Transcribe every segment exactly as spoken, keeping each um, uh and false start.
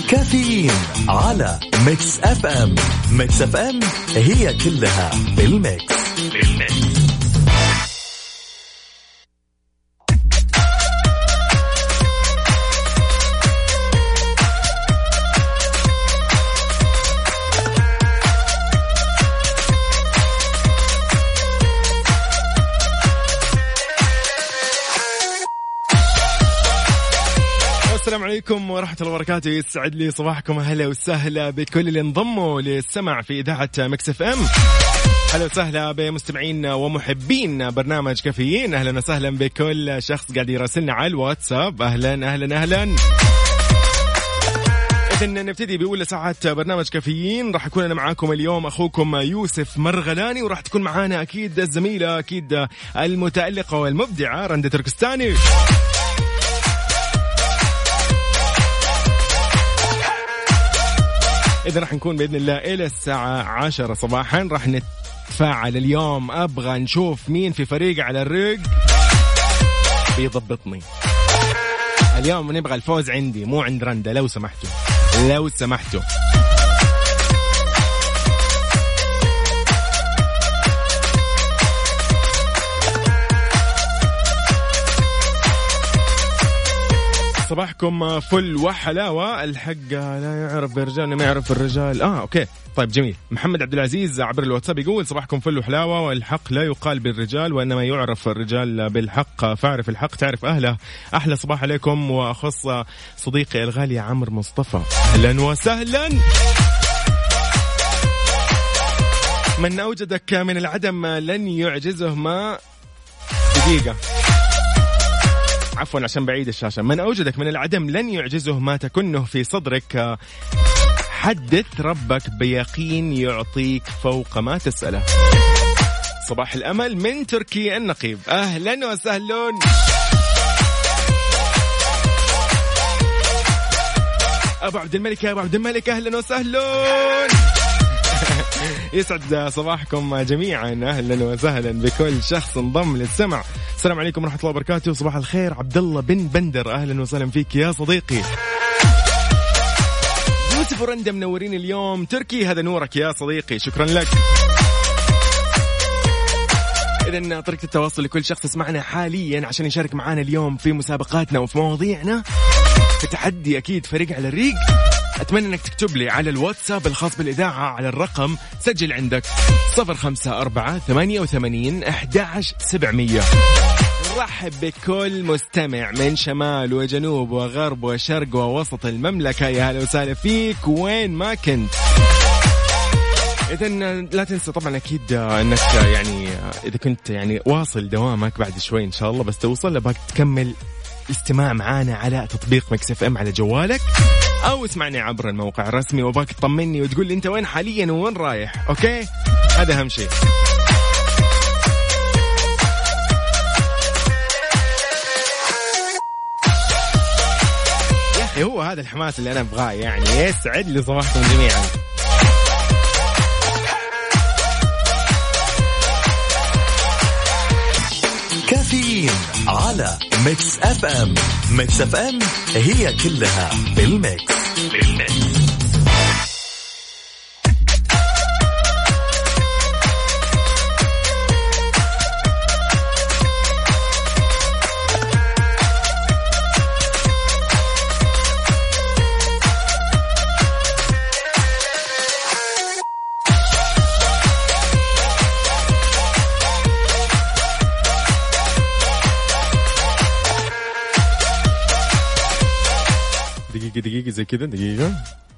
كافيين على ميكس اف ام. ميكس اف ام هي كلها بالميكس. بالميكس. السلام عليكم ورحمة الله وبركاته. يسعد لي صباحكم. أهلا وسهلا بكل اللي انضموا للسمع في إذاعة ميكس اف ام. أهلا وسهلا بمستمعين ومحبين برنامج كافيين. أهلا وسهلا بكل شخص قاعد يراسلنا على الواتساب. أهلا أهلا أهلا. إذن نبتدي بأولى ساعات برنامج كافيين. راح أكون أنا معاكم اليوم أخوكم يوسف مرغلاني، وراح تكون معانا أكيد الزميلة أكيد المتألقة والمبدعة رندة تركستاني. إذا راح نكون بإذن الله إلى الساعة عشرة صباحا. راح نتفاعل اليوم. أبغى نشوف مين في فريق على الرق بيضبطني اليوم. نبغى الفوز عندي مو عند رندا، لو سمحتوا لو سمحتوا. صباحكم فل وحلاوة. الحق لا يعرف بالرجال ما يعرف الرجال. آه أوكي طيب جميل. محمد عبد العزيز عبر الواتساب يقول صباحكم فل وحلاوة، والحق لا يقال بالرجال وإنما يعرف الرجال بالحق، فاعرف الحق تعرف أهله. أحلى صباح عليكم، وأخص صديقي الغالي عمرو مصطفى. أهلا وسهلا. من أوجدك من العدم لن يعجزه ما دقيقة عفوا عشان بعيد الشاشة. من أوجدك من العدم لن يعجزه ما تكنه في صدرك، حدث ربك بيقين يعطيك فوق ما تسأله. صباح الأمل من تركي النقيب. أهلا وسهلا. أبو عبد الملك يا أبو عبد الملك أهلا وسهلا. يسعد صباحكم جميعا. أهلا وسهلا بكل شخص انضم للسمع. السلام عليكم ورحمة الله وبركاته. صباح الخير عبد الله بن بندر. أهلا وسهلا فيك يا صديقي. يوسف ورندا منورين اليوم. تركي هذا نورك يا صديقي، شكرا لك. إذن طريقة التواصل لكل شخص يسمعنا حاليا عشان يشارك معنا اليوم في مسابقاتنا وفي مواضيعنا في تحدي أكيد فريق على الريق. أتمنى أنك تكتب لي على الواتساب الخاص بالإذاعة على الرقم، سجل عندك صفر خمسة أربعة ثمانية وثمانين أحد عشر سبعمية. نرحب بكل مستمع من شمال وجنوب وغرب وشرق ووسط المملكة. يا هلا وسهلا فيك وين ما كنت. إذن لا تنسى طبعا أكيد أنك يعني إذا كنت يعني واصل دوامك بعد شوي إن شاء الله بس توصل لباك تكمل استماع معانا على تطبيق ميكس اف ام على جوالك، أو اسمعني عبر الموقع الرسمي وباك تطمني وتقول لي أنت وين حاليا وين رايح. أوكي هذا أهم شيء. يا أخي هو هذا الحماس اللي أنا أبغاه يعني. يسعد لي صباحكم جميعا. كافيين على ميكس اف ام. ميكس اف ام هي كلها بالميكس. بالميكس. دقيقة زي كذا دقيقة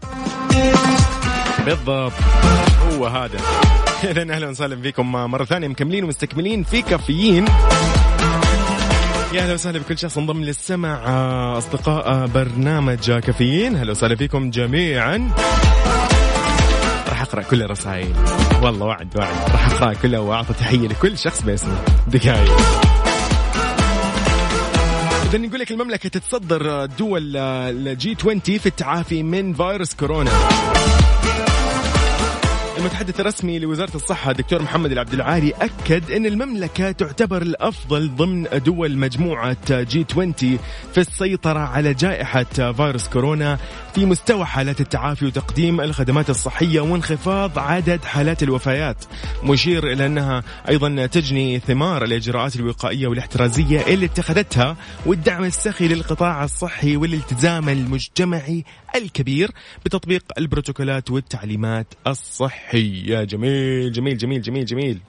بالضبط هو هذا. إذن أهلا وسهلا فيكم مرة ثانية، مكملين ومستكملين في كافيين. يا أهلا وسهلا بكل شخص انضم للسمع أصدقاء برنامج كافيين. أهلا وسهلا فيكم جميعا. راح أقرأ كل الرسائل والله وعد وعد راح أقرأ كلها وأعطي تحية لكل شخص باسمه. دقائق إذن نقول لك المملكة تتصدر دول الجي عشرين في التعافي من فيروس كورونا. المتحدث الرسمي لوزارة الصحة دكتور محمد العبد العالي أكد أن المملكة تعتبر الأفضل ضمن دول مجموعة جي عشرين في السيطرة على جائحة فيروس كورونا في مستوى حالات التعافي وتقديم الخدمات الصحية وانخفاض عدد حالات الوفيات، مشير إلى أنها أيضا تجني ثمار الإجراءات الوقائية والاحترازية اللي اتخذتها والدعم السخي للقطاع الصحي والالتزام المجتمعي الكبير بتطبيق البروتوكولات والتعليمات الصحية. جميل جميل جميل جميل جميل.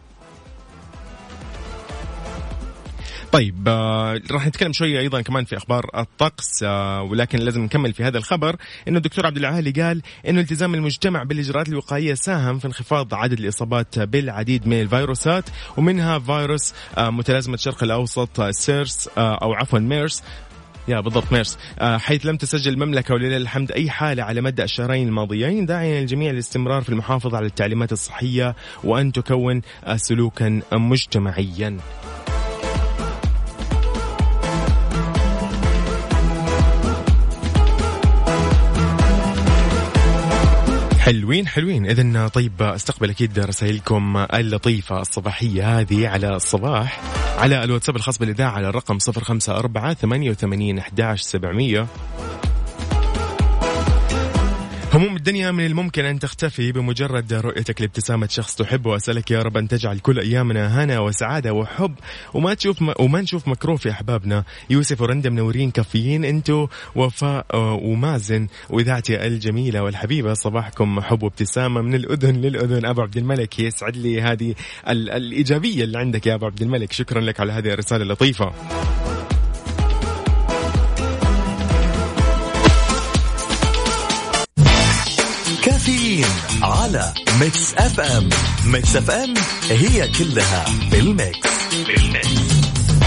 طيب آه، راح نتكلم شوية أيضا كمان في أخبار الطقس، آه، ولكن لازم نكمل في هذا الخبر إنه الدكتور عبد العالي قال إنه التزام المجتمع بالإجراءات الوقائية ساهم في انخفاض عدد الإصابات بالعديد من الفيروسات ومنها فيروس آه، متلازمة الشرق الأوسط سيرس آه، أو عفوا ميرس يا بالضبط ميرس، حيث لم تسجل المملكة ولله الحمد أي حالة على مدى الشهرين الماضيين، داعيا الجميع للاستمرار في المحافظة على التعليمات الصحية وأن تكون سلوكا مجتمعيا. حلوين حلوين. إذن طيب استقبل أكيد رسائلكم اللطيفة الصباحية هذه على الصباح على الواتساب الخاص بالإذاعة على الرقم صفر خمسة أربعة ثمانية وثمانين أحد عشر سبعمية. هموم الدنيا من الممكن أن تختفي بمجرد رؤيتك لابتسامة شخص تحبه. وأسألك يا رب أن تجعل كل أيامنا هنا وسعادة وحب وما تشوف م... وما نشوف مكروف يا أحبابنا. يوسف ورندا منورين كافيين أنتوا وفاء ومازن وإذاعتي الجميلة والحبيبة. صباحكم حب وابتسامة من الأذن للأذن. أبو عبد الملك يسعد لي هذه ال... الإيجابية اللي عندك يا أبو عبد الملك. شكرا لك على هذه الرسالة اللطيفة. كافيين على ميكس اف ام. ميكس اف ام هي كلها بالميكس بالميكس.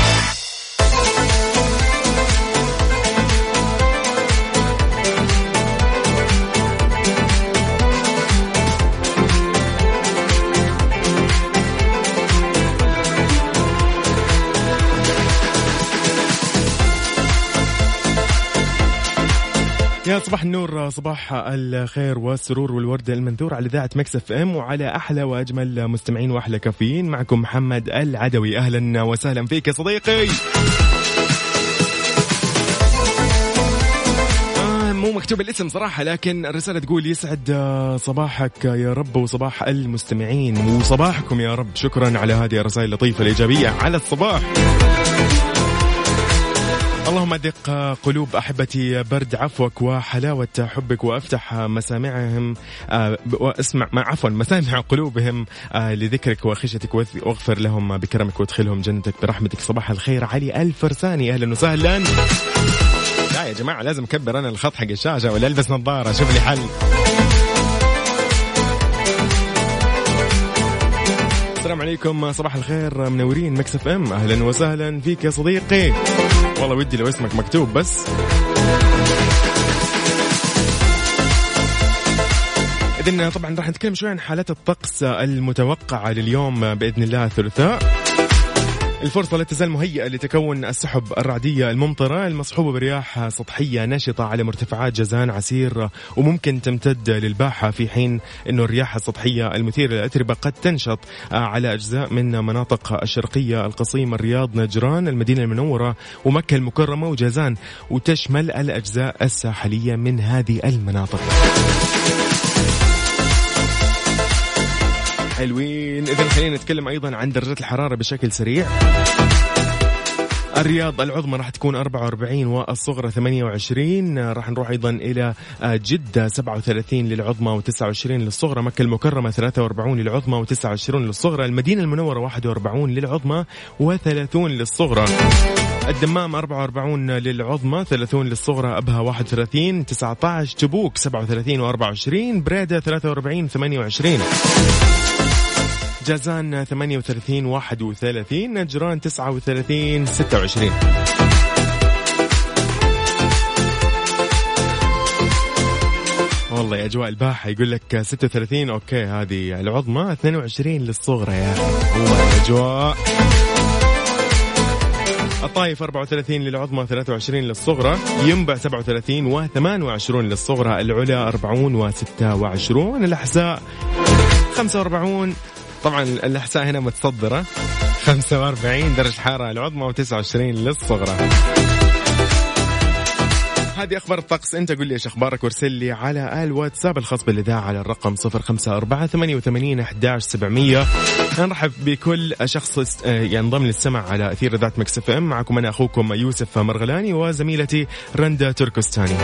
يا صباح النور، صباح الخير والسرور والورد المنثور على إذاعة ميكس اف ام وعلى أحلى وأجمل مستمعين وأحلى كافيين. معكم محمد العدوي. أهلا وسهلا فيك يا صديقي. آه مو مكتوب الاسم صراحة، لكن الرسالة تقول يسعد صباحك يا رب وصباح المستمعين وصباحكم يا رب. شكرا على هذه الرسائل اللطيفة الإيجابية على الصباح. اللهم أدق قلوب أحبتي برد عفوك وحلاوة حبك وأفتح مسامعهم واسمع ما عفوا مسامع قلوبهم لذكرك وخشيتك واغفر لهم بكرمك وادخلهم جنتك برحمتك. صباح الخير علي الفرساني. أهلا وسهلا. لا يا جماعة لازم أكبر أنا الخط حق الشاشة ولا ألبس نظارة. شوف لي حل. السلام عليكم، صباح الخير، منورين ميكس اف ام. أهلا وسهلا فيك يا صديقي. والله ودي لو اسمك مكتوب بس. إذن طبعا راح نتكلم شوي عن حالات الطقس المتوقعة لليوم بإذن الله الثلاثاء. الفرصة لا تزال مهيئة لتكون السحب الرعدية الممطرة المصحوبة برياح سطحية نشطة على مرتفعات جازان عسير وممكن تمتد للباحة، في حين أنه الرياح السطحية المثيرة للأتربة قد تنشط على أجزاء من مناطق الشرقية القصيم الرياض نجران المدينة المنورة ومكة المكرمة وجازان، وتشمل الأجزاء الساحلية من هذه المناطق. حلوين. إذن خلينا نتكلم أيضا عن درجات الحرارة بشكل سريع. الرياض العظمى راح تكون أربعة وأربعين والصغرى ثمانية وعشرين. راح نروح أيضا إلى جدة سبعة وثلاثين للعظمى وتسعة وعشرين للصغرى. مكة المكرمة ثلاثة وأربعين للعظمى وتسعة وعشرين للصغرى. المدينة المنورة واحد وأربعين للعظمى وثلاثين للصغرى. الدمام أربعة وأربعين للعظمى ثلاثين للصغرى. أبها واحد وثلاثين تسعة عشر. تبوك سبعة وثلاثين وأربعة وعشرين. بريدة ثلاثة وأربعين ثمانية وعشرين. جازان ثمانية وثلاثين واحد وثلاثين. نجران تسعة وثلاثين ستة وعشرين. والله يا أجواء الباحة يقول لك ستة وثلاثين أوكي هذه العظمى، اثنين وعشرين للصغرى. يا هو الأجواء. الطائف أربعة وثلاثين للعظمى ثلاثة وعشرين للصغرى. ينبع سبعة وثلاثين وثمان وعشرين للصغرى. العلا أربعون وستة وعشرون. الأحساء خمسة وأربعين طبعا الأحساء هنا متصدرة، خمسة وأربعين درجة حرارة العظمى وتسعة وعشرين للصغرى. هذه أخبار الطقس. أنت قل لي إيش أخبارك وارسل لي على الواتساب الخاص بالإذاعة على الرقم صفر خمسة أربعة ثمانية وثمانين أحد عشر سبعمية. نرحب بكل شخص ينضم للسمع على أثير إذاعة مكس اف ام. معكم أنا أخوكم يوسف مرغلاني وزميلتي رندا تركستاني.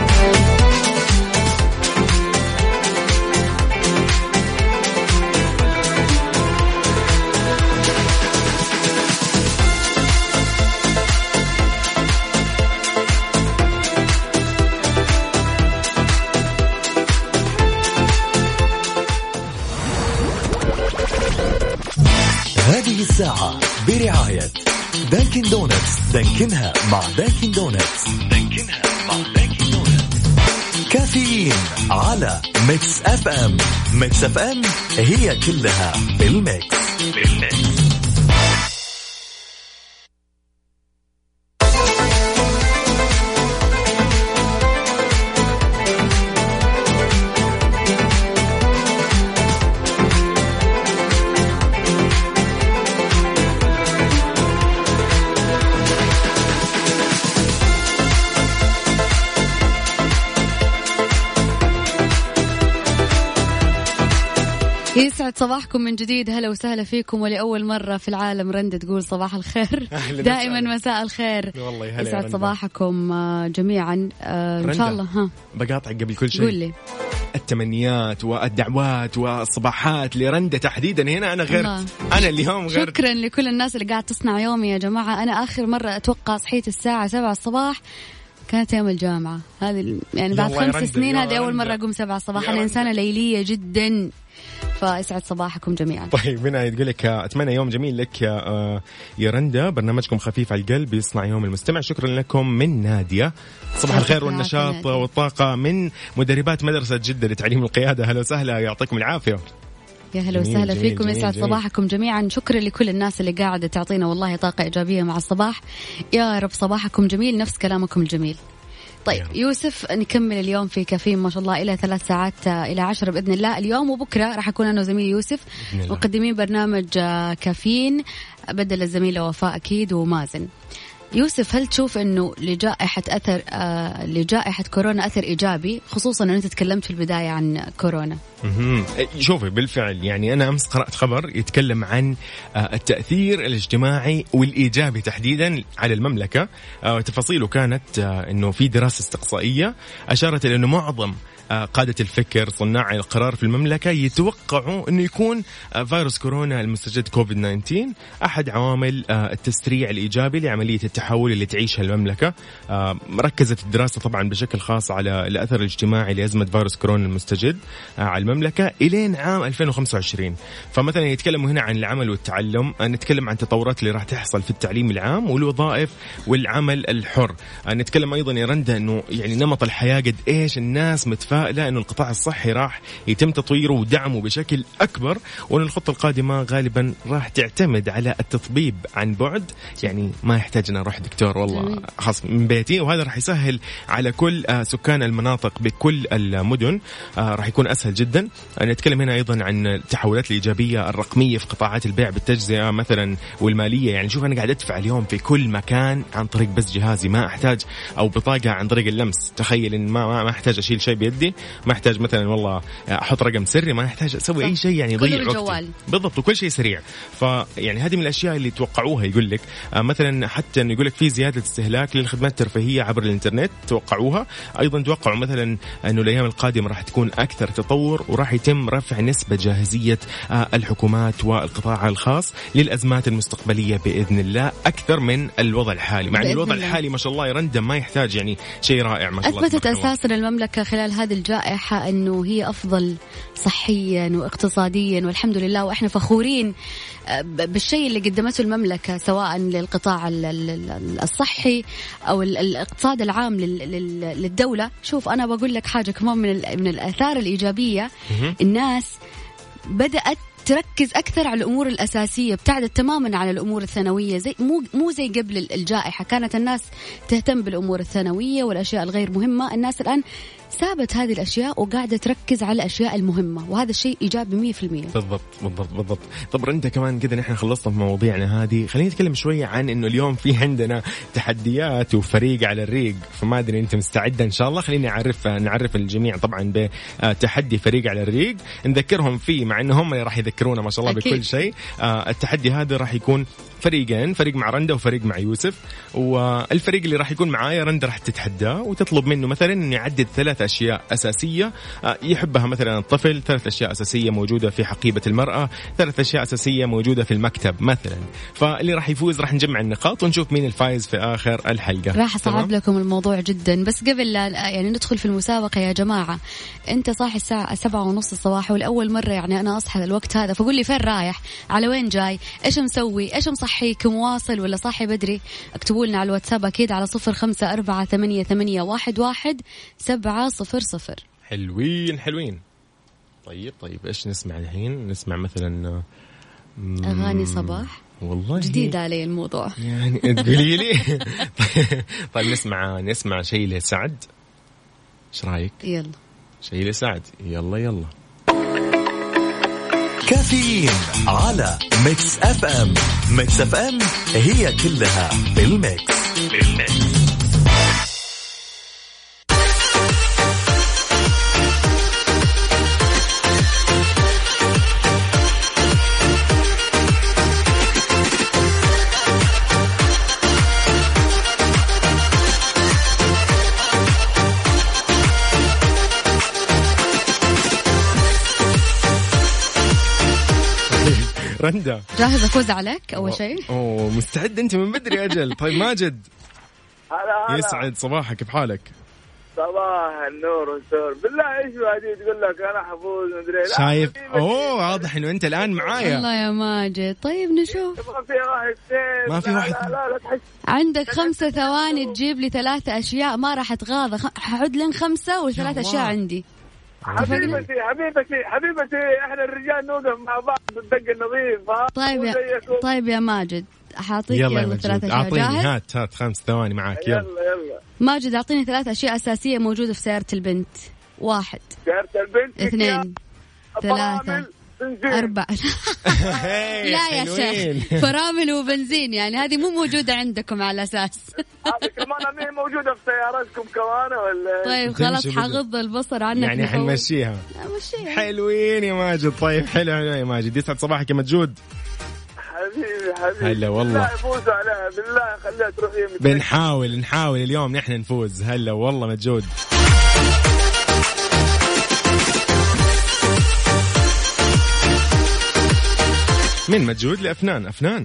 هذه الساعة برعاية دانكن دونتس. دانكنها مع دانكن دونتس. دانكنها مع دانكن دونتس. كافيين على ميكس اف ام. ميكس اف ام هي كلها بالميكس. بالميكس. يسعد صباحكم من جديد. هلا وسهلا فيكم. ولأول مرة في العالم رندة تقول صباح الخير. دائما مساء مساء الخير. يسعد صباحكم جميعا إن شاء الله. ها بقاطع قبل كل شيء. قول لي. التمنيات والدعوات والصباحات لرندة تحديدا هنا أنا غير الله. أنا اليوم غير. شكرا لكل الناس اللي قاعد تصنع يومي يا جماعة. أنا آخر مرة أتوقع صحيت الساعة سبعة الصباح كانت يوم الجامعة. هذه يعني بعد خمس سنين هذه أول مرة أقوم سبعة الصباح. أنا إنسانة ليلية جدا. فاسعد صباحكم جميعا. طيب هنا تقول لك اتمنى يوم جميل لك يا يا رندا. برنامجكم خفيف على القلب يصنع يوم المستمع. شكرا لكم من نادية. صباح الخير والنشاط والطاقة من مدربات مدرسة جدة لتعليم القيادة. هلا وسهلا يعطيكم العافية. يا هلا وسهلا فيكم. يسعد صباحكم جميعا. شكرا لكل الناس اللي قاعدة تعطينا والله طاقة إيجابية مع الصباح. يا رب صباحكم جميل نفس كلامكم الجميل. طيب يوسف نكمل اليوم في كافيين ما شاء الله إلى ثلاث ساعات إلى عشرة بإذن الله. اليوم وبكرة راح أكون أنا وزميلي يوسف مقدمين برنامج كافيين بدل الزميلة وفاء أكيد ومازن. يوسف هل تشوف أنه لجائحة أثر آه لجائحة كورونا أثر إيجابي خصوصا أن أنت تكلمت في البداية عن كورونا؟ شوفي بالفعل يعني أنا أمس قرأت خبر يتكلم عن آه التأثير الاجتماعي والإيجابي تحديدا على المملكة. آه تفاصيله كانت آه أنه في دراسة استقصائية أشارت إلى أنه معظم قادة الفكر صناع القرار في المملكة يتوقعوا أنه يكون فيروس كورونا المستجد كوفيد تسعة عشر أحد عوامل التسريع الإيجابي لعملية التحول اللي تعيشها المملكة. ركزت الدراسة طبعا بشكل خاص على الأثر الاجتماعي لأزمة فيروس كورونا المستجد على المملكة إلين عام ألفين وخمسة وعشرين. فمثلا يتكلموا هنا عن العمل والتعلم. نتكلم عن التطورات اللي راح تحصل في التعليم العام والوظائف والعمل الحر. نتكلم أيضا يا رندا أنه يعني نمط الحياة قد إيش الناس متفائلة لأنه القطاع الصحي راح يتم تطويره ودعمه بشكل أكبر، وأن الخطة القادمة غالبا راح تعتمد على التطبيب عن بعد. يعني ما يحتاج أن أروح دكتور والله خاص من بيتي، وهذا راح يسهل على كل سكان المناطق بكل المدن. راح يكون أسهل جدا. نتكلم هنا أيضا عن التحولات الإيجابية الرقمية في قطاعات البيع بالتجزئة مثلا والمالية. يعني شوف أنا قاعد أدفع اليوم في كل مكان عن طريق بس جهازي، ما أحتاج أو بطاقة عن طريق اللمس. تخيل إن ما ما أحتاج أشيل شيء بيدي، ما احتاج مثلا والله احط رقم سري، ما احتاج اسوي اي شيء يعني يضيع وقتي بالضبط، وكل شيء سريع. فيعني هذه من الاشياء اللي توقعوها. يقول لك مثلا حتى انه يقول لك في زياده استهلاك للخدمات الترفيهيه عبر الانترنت توقعوها. ايضا توقعوا مثلا انه الايام القادمه راح تكون اكثر تطور، وراح يتم رفع نسبه جاهزيه الحكومات والقطاع الخاص للازمات المستقبليه باذن الله اكثر من الوضع الحالي. مع ان الوضع الله. الحالي ما شاء الله يرندم ما يحتاج يعني شيء رائع ما شاء الله. اثبتت اساسا المملكه خلال هذه الجائحة أنه هي أفضل صحيا واقتصاديا والحمد لله، وإحنا فخورين بالشيء اللي قدمته المملكة سواء للقطاع الصحي أو الاقتصاد العام للدولة. شوف أنا بقول لك حاجة كمان من من الآثار الإيجابية، الناس بدأت تركز أكثر على الأمور الأساسية، ابتعدت تماما على الأمور الثانوية. زي مو مو زي قبل الجائحة كانت الناس تهتم بالأمور الثانوية والأشياء الغير مهمة. الناس الآن سابت هذه الأشياء وقاعدة تركز على الأشياء المهمة، وهذا الشيء إيجابي مية في المية. بالضبط بالضبط بالضبط. طب أنت كمان كذا نحن خلصنا في مواضيعنا هذه، خلينا نتكلم شوية عن إنه اليوم في عندنا تحديات وفريق على الريق، فما أدري أنت مستعدة إن شاء الله. خليني أعرف نعرف الجميع طبعا بتحدي فريق على الريق، نذكرهم فيه مع إنه هم راح يذكرونا ما شاء الله أكيد بكل شيء. التحدي هذا راح يكون فريقين، فريق مع رندا وفريق مع يوسف، والفريق اللي راح يكون معايا رندا راح تتحداه وتطلب منه مثلا انه يعدد ثلاث اشياء اساسيه يحبها مثلا الطفل، ثلاث اشياء اساسيه موجوده في حقيبه المراه، ثلاث اشياء اساسيه موجوده في المكتب مثلا. فاللي راح يفوز راح نجمع النقاط ونشوف مين الفايز في اخر الحلقه. راح اصعب لكم الموضوع جدا، بس قبل لا يعني ندخل في المسابقه يا جماعه، انت صاحي الساعه سبعة ونص الصباح والاول مره يعني انا اصحى الوقت هذا، فقول لي فين رايح، على وين جاي، ايش مسوي، ايش مصحيك، مواصل ولا صاحي بدري؟ اكتبوا لنا على الواتساب اكيد على صفر خمسة أربعة ثمانية ثمانية واحد واحد سبعة صفر صفر. حلوين حلوين. طيب طيب ايش نسمع الحين؟ نسمع مثلا اغاني صباح. والله جديد علي الموضوع يعني تقولي لي. طيب نسمع نسمع شيء لسعد، ايش رايك؟ يلا شيء لسعد، يلا يلا. كافيين على ميكس اف ام. ميكس اف ام هي كلها بالميكس. بالميكس. رندا جاهز أفوز عليك أول شيء؟ أوه مستعد أنت من بدري أجل. طيب ماجد هلا هلا يسعد صباحك، كيف حالك؟ صباح النور والسرور. بالله ايش هذه تقول لك انا حفوز مدري. شايف اوه واضح انه انت الان معايا. الله يا ماجد. طيب نشوف. ما في واحد سيف. ما في واحد. لا لا, لا تحس. عندك خمسة ثواني تجيب لي ثلاثة اشياء، ما راح اتغاضى. حعد لين خمسة وثلاث اشياء عندي. حبيبتي حبيبتي حبيبتي احنا الرجال نوقف مع بعض بالدق النظيف. طيب يا طيب يا ماجد حاعطيك يلا, يلا ثلاث اشياء. اعطيني هات هات خمس ثواني معاك. يلا يلا يلا ماجد اعطيني ثلاث اشياء اساسيه موجوده في سياره البنت. واحد سياره البنت اثنين ثلاثة أربعة. لا يا شيخ فرامل وبنزين يعني هذه مو موجودة عندكم على أساس. هذه كمان مين موجودة في سيارتكم كمان ولا؟ طيب خلاص حغض البصر عنك يعني حنمشيها. حلوين يا ماجد. طيب حلو حلو يا ماجد. يسعد صباحك يا مجود. حبيبي حبيبي. هلا والله. بالله يفوز عليها بالله خليها تروح يمين. بنحاول نحاول اليوم نحن نفوز. هلا والله مجود. من مجهود لأفنان. أفنان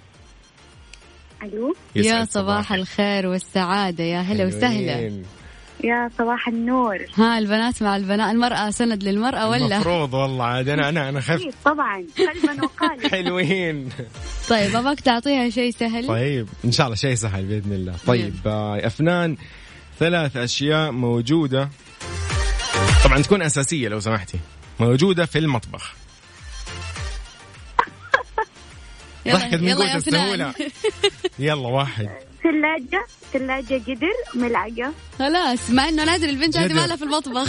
ألو يا صباح الخير والسعادة. يا هلا وسهلا. يا صباح النور. ها البنات مع البنات. المرأة سند للمرأة ولا؟ المفروض والله عاد أنا أنا أنا خفت طبعا قلبا وقالبا. حلوين. طيب أبغاك تعطيها شيء سهل. طيب إن شاء الله شيء سهل بإذن الله. طيب يا أفنان ثلاث أشياء موجودة طبعا تكون أساسية لو سمحتي موجودة في المطبخ. ضحكت من قوة السهولة. يلا واحد. ثلاجة ثلاجة قدر ملعقة. خلاص مع إنه نادر البنت هذه مالها في المطبخ.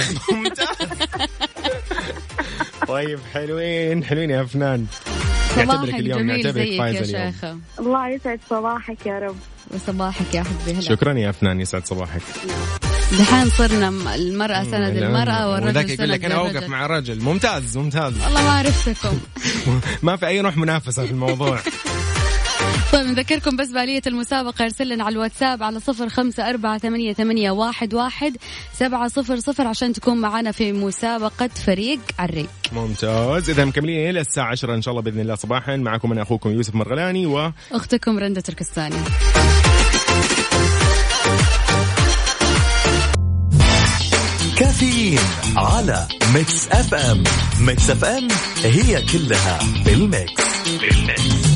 طيب حلوين حلوين يا أفنان. صباحك جميل زيك يا شيخة. الله يسعد صباحك يا رب. وصباحك يا حبي. هلا شكرا يا أفنان يسعد صباحك. دحين صرنا المرأة سند المرأة والرجل سند يقول لك أنا أوقف مع الرجل. ممتاز ممتاز. والله ما عرفتكم. ما في أي روح منافسة في الموضوع. طيب نذكركم بس بآلية المسابقة. ارسل لنا على الواتساب على صفر خمسة أربعة ثمانية ثمانية واحد واحد سبعة صفر صفر عشان تكون معنا في مسابقة فريق عريق. ممتاز. إذا مكملين إلى الساعة عشرة إن شاء الله بإذن الله صباحا. معكم أنا أخوكم يوسف مرغلاني وأختكم رندا تركستاني. كافيين على ميكس اف ام. ميكس اف ام هي كلها بالميكس. بالميكس.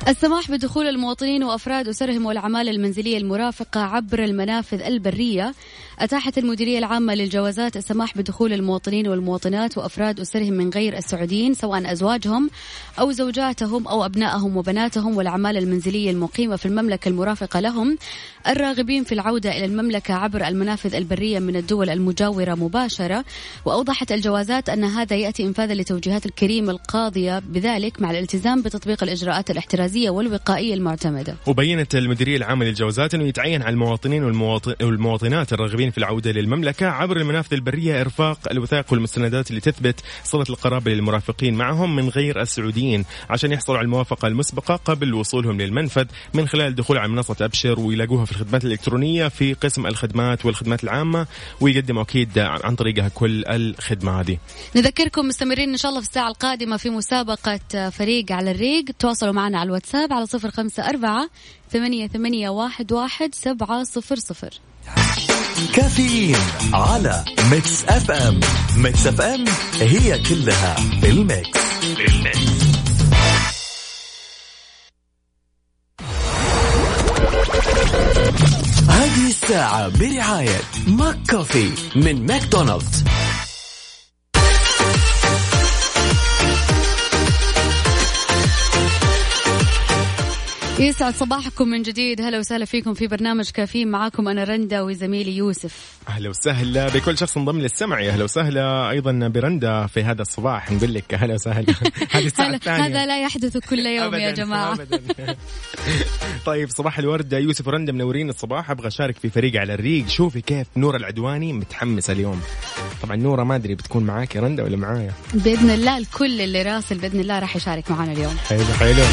السماح بدخول المواطنين وأفراد أسرهم والعمالة المنزلية المرافقة عبر المنافذ البرية. أتاحت المديرية العامة للجوازات السماح بدخول المواطنين والمواطنات وأفراد أسرهم من غير السعوديين سواء أزواجهم أو زوجاتهم أو أبنائهم وبناتهم والعمالة المنزلية المقيمة في المملكة المرافقة لهم الراغبين في العودة إلى المملكة عبر المنافذ البرية من الدول المجاورة مباشرة. وأوضحت الجوازات أن هذا يأتي إنفاذا لتوجيهات الكريمة القاضية بذلك مع الالتزام بتطبيق الإجراءات الاحترازية والوقائية المعتمدة. وبينت المديرية العامة للجوازات أنه يتعين على المواطنين والمواطنات الراغبين في العودة للمملكة عبر المنافذ البرية إرفاق الوثائق والمستندات اللي تثبت صلة القرابة للمرافقين معهم من غير السعوديين عشان يحصلوا على الموافقة المسبقة قبل وصولهم للمنفذ من خلال الدخول على منصة أبشر، ويلاقوها في الخدمات الإلكترونية في قسم الخدمات والخدمات العامة، ويقدموا أكيد عن طريقها كل الخدمة هذه. نذكركم مستمرين إن شاء الله في الساعة القادمة في مسابقة فريق على الريق. تواصلوا معنا على الواتساب على صفر خمسة أربعة ثمانية ثمانية واحد واحد سبعة صفر صفر. كافيين على ميكس اف ام. ميكس اف ام هي كلها بالميكس. هذه الساعة برعاية ماك كوفي من ماكدونالدز. يسعد صباحكم من جديد. هلا وسهلا فيكم في برنامج كافيين، معاكم أنا رندا وزميلي يوسف. أهلا وسهلا بكل شخص انضم للسمع. أهلا وسهلا أيضا برندا في هذا الصباح. نقول لك أهلا وسهلا. هذه الساعة الثانية. هذا لا يحدث كل يوم يا جماعة. طيب صباح الورد يوسف ورندا منورين الصباح. أبغى أشارك في فريق على الريق. شوفي كيف نورة العدواني متحمسة اليوم. طبعا نورة ما أدري بتكون معاك يا رندا ولا معايا. بإذن الله الكل اللي راسل بإذن الله راح يشارك معنا اليوم. حلو حلو.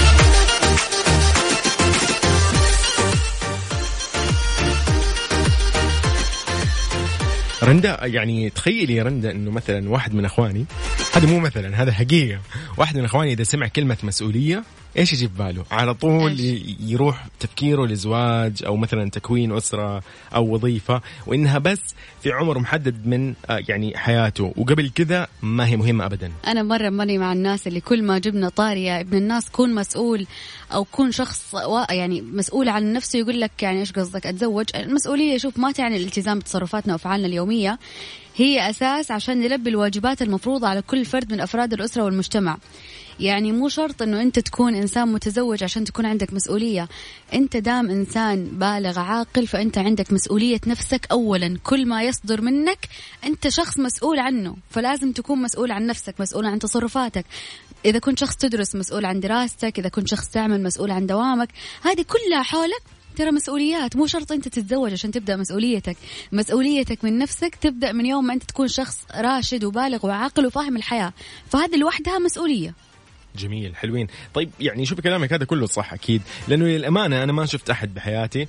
رندا يعني تخيلي يا رندا انه مثلا واحد من اخواني، هذا مو مثلا هذا حقيقة، واحد من اخواني اذا سمع كلمة مسؤولية ايش يجيب باله؟ على طول يروح تفكيره لزواج او مثلا تكوين اسرة او وظيفة، وانها بس في عمر محدد من يعني حياته، وقبل كذا ما هي مهمة ابدا. انا مرة ماني مع الناس اللي كل ما جبنا طارية ابن الناس كون مسؤول او كون شخص يعني مسؤول عن نفسه يقول لك يعني ايش قصدك اتزوج. المسؤولية شوف ما تعني الالتزام بتصرفاتنا وافعالنا اليومية، هي اساس عشان نلبي الواجبات المفروضة على كل فرد من افراد الاسرة والمجتمع. يعني مو شرط انه انت تكون انسان متزوج عشان تكون عندك مسؤولية. انت دام انسان بالغ عاقل فانت عندك مسؤولية نفسك اولا. كل ما يصدر منك انت شخص مسؤول عنه، فلازم تكون مسؤول عن نفسك، مسؤول عن تصرفاتك. اذا كنت شخص تدرس مسؤول عن دراستك، اذا كنت شخص تعمل مسؤول عن دوامك. هذه كلها حولك ترى مسؤوليات. مو شرط انت تتزوج عشان تبدأ مسؤوليتك. مسؤوليتك من نفسك تبدأ من يوم ما انت تكون شخص راشد وبالغ وعاقل وفاهم الحياة، فهذه لوحدها مسؤولية. جميل حلوين. طيب يعني شوف كلامك هذا كله صح أكيد، لأنه للأمانة أنا ما شفت أحد بحياتي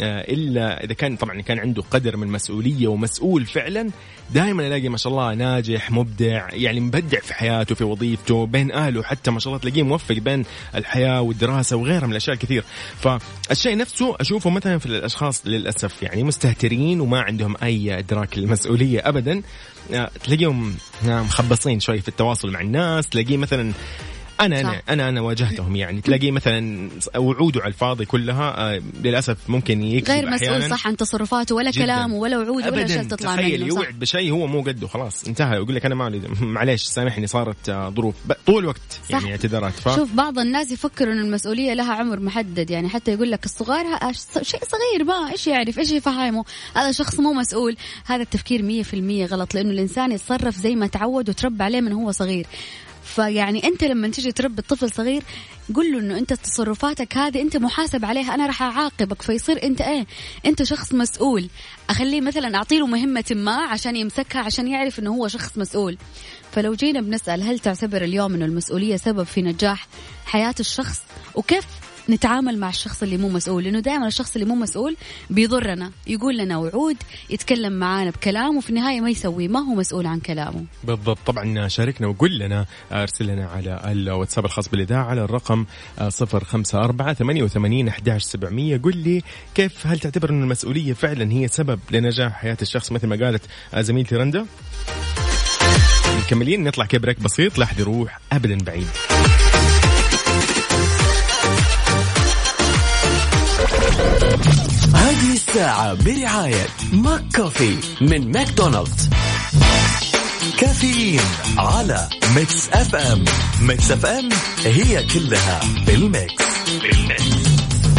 إلا إذا كان طبعا كان عنده قدر من مسؤولية ومسؤول فعلا، دائما ألاقي ما شاء الله ناجح مبدع، يعني مبدع في حياته في وظيفته بين أهله، حتى ما شاء الله تلاقيه موفق بين الحياة والدراسة وغيرها من الأشياء الكثير. فالشيء نفسه أشوفه مثلا في الأشخاص للأسف يعني مستهترين وما عندهم أي إدراك للمسؤولية أبدا، تلاقيهم مخبصين شوي في التواصل مع الناس. تلاقيه مثلا أنا أنا أنا أنا واجهتهم، يعني تلاقيه مثلا وعوده على الفاضي كلها آه للأسف ممكن يكذب غير مسؤول صح عن تصرفاته ولا كلامه ولا وعوده ولا شيء تطلع منه. تخيل يوعد بشيء هو مو قده خلاص انتهى، يقول لك أنا ما معليش سامحني صارت آه ظروف طول الوقت يعني اعتذارات. ف... شوف بعض الناس يفكروا إن المسؤولية لها عمر محدد، يعني حتى يقول لك الصغار شيء صغير ما إيش يعرف إيش يفهمه، هذا شخص مو مسؤول. هذا التفكير مية في المية غلط، لأنه الإنسان يتصرف زي ما تعود وتربى عليه من هو صغير. فيعني أنت لما تيجي تربي الطفل صغير قل له إنه أنت تصرفاتك هذه أنت محاسب عليها، أنا راح أعاقبك، فيصير أنت إيه أنت شخص مسؤول. أخليه مثلا أعطيله مهمة ما عشان يمسكها عشان يعرف إنه هو شخص مسؤول. فلو جينا بنسأل هل تعتبر اليوم إنه المسؤولية سبب في نجاح حياة الشخص، وكيف نتعامل مع الشخص اللي مو مسؤول؟ لأنه دائما الشخص اللي مو مسؤول بيضرنا، يقول لنا وعود، يتكلم معانا بكلام وفي النهاية ما يسوي، ما هو مسؤول عن كلامه. بالضبط. طبعا شاركنا وقول لنا، أرسل لنا على الواتساب الخاص بالإذاعة على الرقم صفر خمسة أربعة ثمانية وثمانين أحد عشر سبعمية. قل لي كيف، هل تعتبر أن المسؤولية فعلا هي سبب لنجاح حياة الشخص مثل ما قالت زميلتي رندا؟ مكملين، نطلع كبريك بسيط، لا أحد يروح أبدا بعيد. هذه الساعة برعاية ماك كوفي من ماكدونالدز. كافيين على ميكس اف ام. ميكس اف ام هي كلها بالميكس. بالميكس.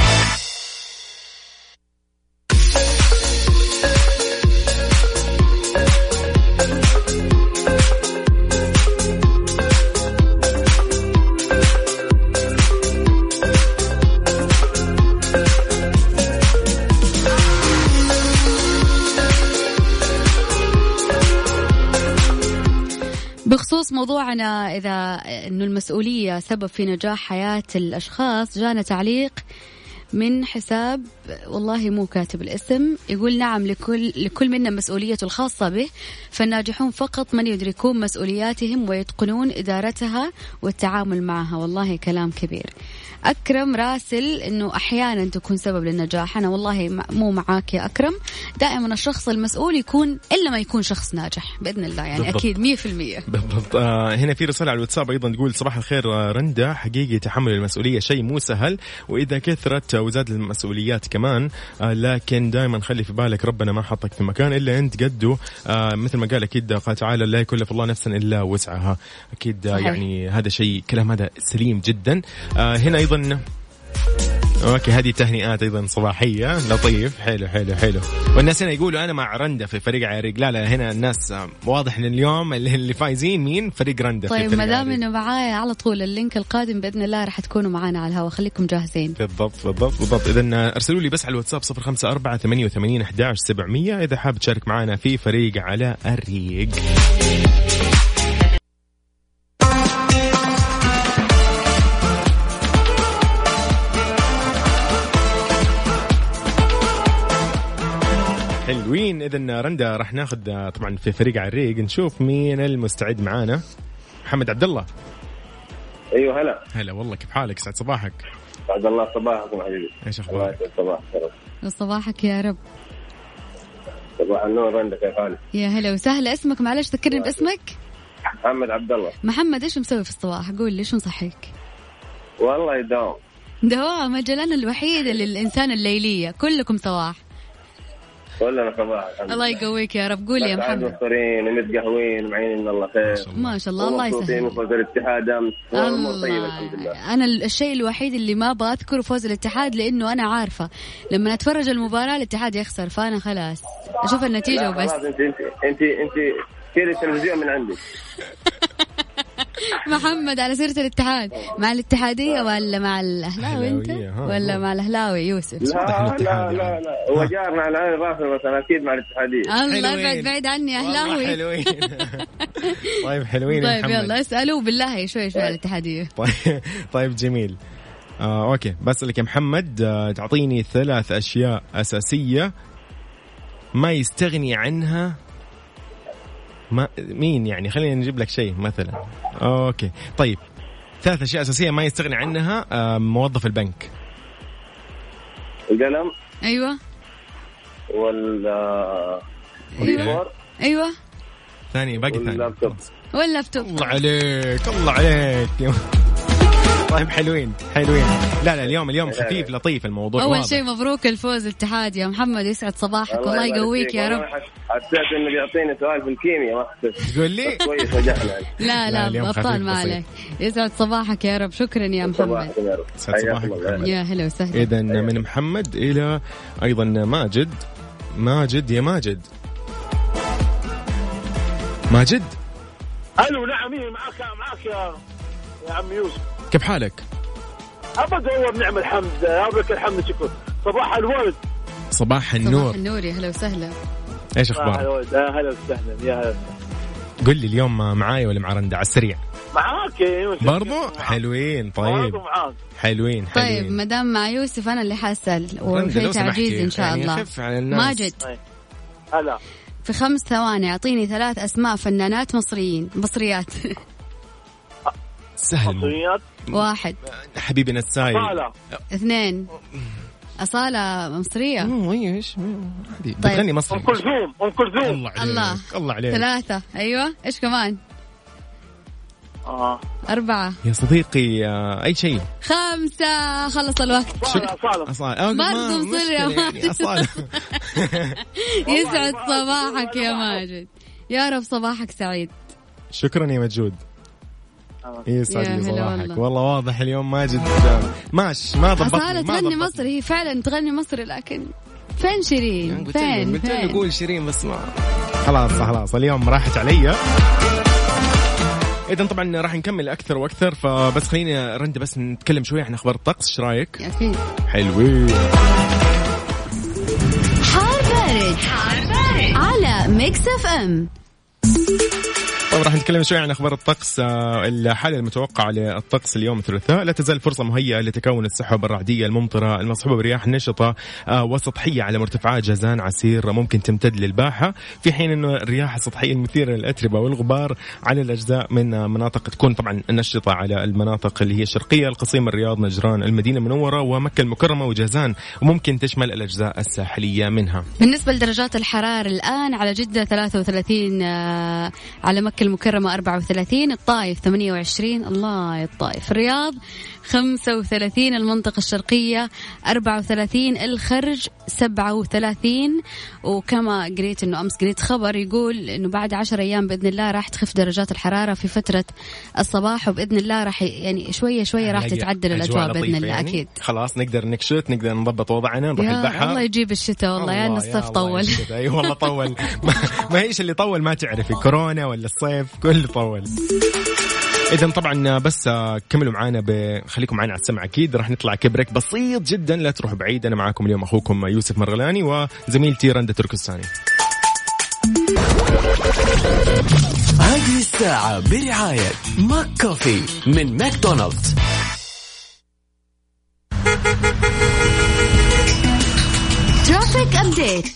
بخصوص موضوعنا إذا إنه المسؤولية سبب في نجاح حياة الأشخاص، جانا تعليق من حساب والله مو كاتب الاسم، يقول نعم لكل لكل منا مسؤوليته الخاصة به، فالناجحون فقط من يدركون مسؤولياتهم ويتقنون إدارتها والتعامل معها. والله كلام كبير. أكرم راسل إنه أحيانا تكون سبب للنجاح. أنا والله مو معاك يا أكرم، دائما الشخص المسؤول يكون إلا ما يكون شخص ناجح بإذن الله، يعني بالضبط. أكيد مية في المية بالضبط. آه هنا في رسالة على الواتساب أيضا تقول صباح الخير رندا، حقيقي تحمل المسؤولية شيء مو سهل، وإذا كثرت وزاد المسؤوليات كمان، آه لكن دائما خلي في بالك ربنا ما حطك في مكان إلا أنت قده. آه مثل ما قال أكيد قال تعالى لا يكلف الله نفسا إلا وسعها. أكيد آه يعني هذا شيء كلام هذا سليم جدا. آه هنا أيضا اوكي هذه تهنئات ايضا صباحيه لطيف. حلو حلو حلو. والناس هنا يقولوا انا مع رندا في فريق عريق. لا لا هنا الناس واضح ان اليوم اللي, اللي فايزين مين؟ فريق رندا. طيب ما دام انه معايا على طول اللينك القادم باذن الله راح تكونوا معانا على الهواء، خليكم جاهزين. بالضبط بالضبط بالضبط. اذا ارسلوا لي بس على الواتساب صفر خمسة أربعة ثمانية وثمانين أحد عشر سبعمية اذا حاب تشارك معنا في فريق على الريق. حلوين. إذن رندا راح ناخذ طبعا في فريق عريق، نشوف مين المستعد معانا. محمد عبد الله. ايوه هلا. هلا والله، كيف حالك؟ سعد صباحك. سعد الله صباحكم حبيبي. ايش اخبارك؟ صباح صباحك يا رب. صباح النور رندا، كيف حالك؟ يا هلا وسهلا. اسمك معلش ذكرني باسمك. محمد عبد الله. محمد ايش مسوي في الصباح؟ قول لي شو نصحيك؟ والله دوام دوام. مجالنا الوحيد للإنسان الليلية، كلكم صباح. كلنا صباح. الله يقويك يا رب. قول يا محمد. مفطرين ومتقهوين ومعين من الله خير. ما شاء الله. الله يسهل. فوز الاتحاد امس والامور طيبه الحمد لله. انا الشيء الوحيد اللي ما بذكره فوز الاتحاد، لانه انا عارفه لما اتفرج المباراه الاتحاد يخسر، فانا خلاص اشوف النتيجه وبس. انت انت انت انت كيري التلفزيون من عندك. محمد على سيرة الاتحاد، مع الاتحادية ولا مع الأهلاوي أنت؟ ولا مع الأهلاوي يوسف؟ لا لا لا لا هو جارنا على عين راسنا، بس أنا أكيد مع الاتحادية. الله بعد بعيد عني أهلاوي. حلوين. طيب حلوين. طيب يلا اسألوا بالله شوي شوي على الاتحادية. طيب طيب جميل. آه أوكي بسألك يا محمد، آه تعطيني ثلاث أشياء أساسية ما يستغني عنها ما مين يعني. خلينا نجيب لك شيء مثلا. اوكي طيب ثلاث اشياء اساسيه ما يستغني عنها موظف البنك. القلم. ايوه. وال ايوه ايوه ثاني باقي ثاني. واللابتوب. واللابتوب. الله عليك الله عليك. طيب حلوين حلوين. لا لا اليوم اليوم خفيف لطيف الموضوع. اول واضح. شيء مبروك الفوز الاتحاد يا محمد، يسعد صباحك. والله يقويك يا رب. حسيت انه بيعطيني سؤال في الكيمياء ما حسيت. تقول لي كويس وجعنا. لا لا ابطال ما عليك. يسعد صباحك يا رب. شكرا يا محمد. يسعد صباحك محمد. يا هلا وسهلا. اذا من محمد الى ايضا ماجد. ماجد يا ماجد. ماجد. الو نعم معك معك يا يا عم يوسف. كيف حالك؟ أبد هو بنعم الحمد. أبلك الحمد شكرا. صباح الورد. صباح النور. صباح النور يا هلا وسهلا. ايش اخبارك؟ يا هلا وسهلا. يا هلا. قل لي اليوم معايا ولا مع رندا على السريع؟ معاك يا يوسف برضو. حلوين. طيب معاك. حلوين حلوين. طيب مدام مع يوسف انا اللي حاسل وفي تعجيز ان شاء الله. يعني ماجد. هلا. في خمس ثواني اعطيني ثلاث اسماء فنانات مصريين مصريات. سهل. مصريات. واحد. حبيبنا السايل. أصالة. اثنين. أصالة مصرية. امم ايش طيب. بتغني مصري. ام كلثوم. ام كلثوم. الله عليك. الله الله عليك. ثلاثة. ايوه ايش كمان؟ آه. أربعة يا صديقي آه أي شيء. خمسة. خلص الوقت. أصالة أصالة برضو مصر يا ماجد. يسعد صباحك يا ماجد، يا رب صباحك سعيد. شكرا يا مجود. يسعد لي صباحك والله. والله واضح اليوم ماجد ماش ما ضبطني. أصالة تغني مصري، هي فعلا تغني مصري، لكن فين شيرين؟ فين قلت له قول شيرين بس ما خلاص خلاص اليوم راحت علي. إذن طبعا راح نكمل أكثر وأكثر، فبس خلينا رند بس نتكلم شوي عن أخبار الطقس. إيش رأيك؟ أكيد. حلوين. حار بارد. حار بارد على ميكس اف ام. طبعا راح نتكلم شوي عن أخبار الطقس. الحالة المتوقعة للطقس اليوم الثلاثاء، لا تزال فرصة مهيئة لتكون السحب الرعدية الممطرة المصحوبة برياح نشطة وسطحية على مرتفعات جازان عسير ممكن تمتد للباحة، في حين أنه الرياح السطحية المثيرة للأتربة والغبار على الأجزاء من مناطق تكون طبعا نشطة على المناطق اللي هي الشرقية، القصيم، الرياض، نجران، المدينة المنورة ومكة المكرمة وجازان، وممكن تشمل الأجزاء الساحلية منها. بالنسبة لدرجات الحرارة الآن على جدة ثلاثة وثلاثين، على مكة المكرمة أربعة وثلاثين، الطائف ثمانية وعشرين، الله الطائف، الرياض خمسة وثلاثين، المنطقة الشرقية أربعة وثلاثين، الخرج سبعة وثلاثين. وكما قريت إنه أمس قريت خبر يقول إنه بعد عشر أيام بإذن الله راح تخف درجات الحرارة في فترة الصباح، وبإذن الله راح يعني شوية شوية راح تتعدل الأجواء بإذن الله. يعني أكيد خلاص نقدر نكشت، نقدر نضبط وضعنا، نروح البحر. الله يجيب الشتاء والله، يا يعني الصيف طول. أي والله طول. ما, ما هيش اللي طول ما تعرفي، كورونا ولا الصيف كل طول. إذن طبعا بس كملوا معانا، خليكم معانا على السمع أكيد. راح نطلع كبريك بسيط جدا، لا تروح بعيد. أنا معاكم اليوم أخوكم يوسف مرغلاني وزميلتي رندة تركستاني. هذه الساعة برعاية ماك كوفي من ماكدونالدز. ترافيك أبديت.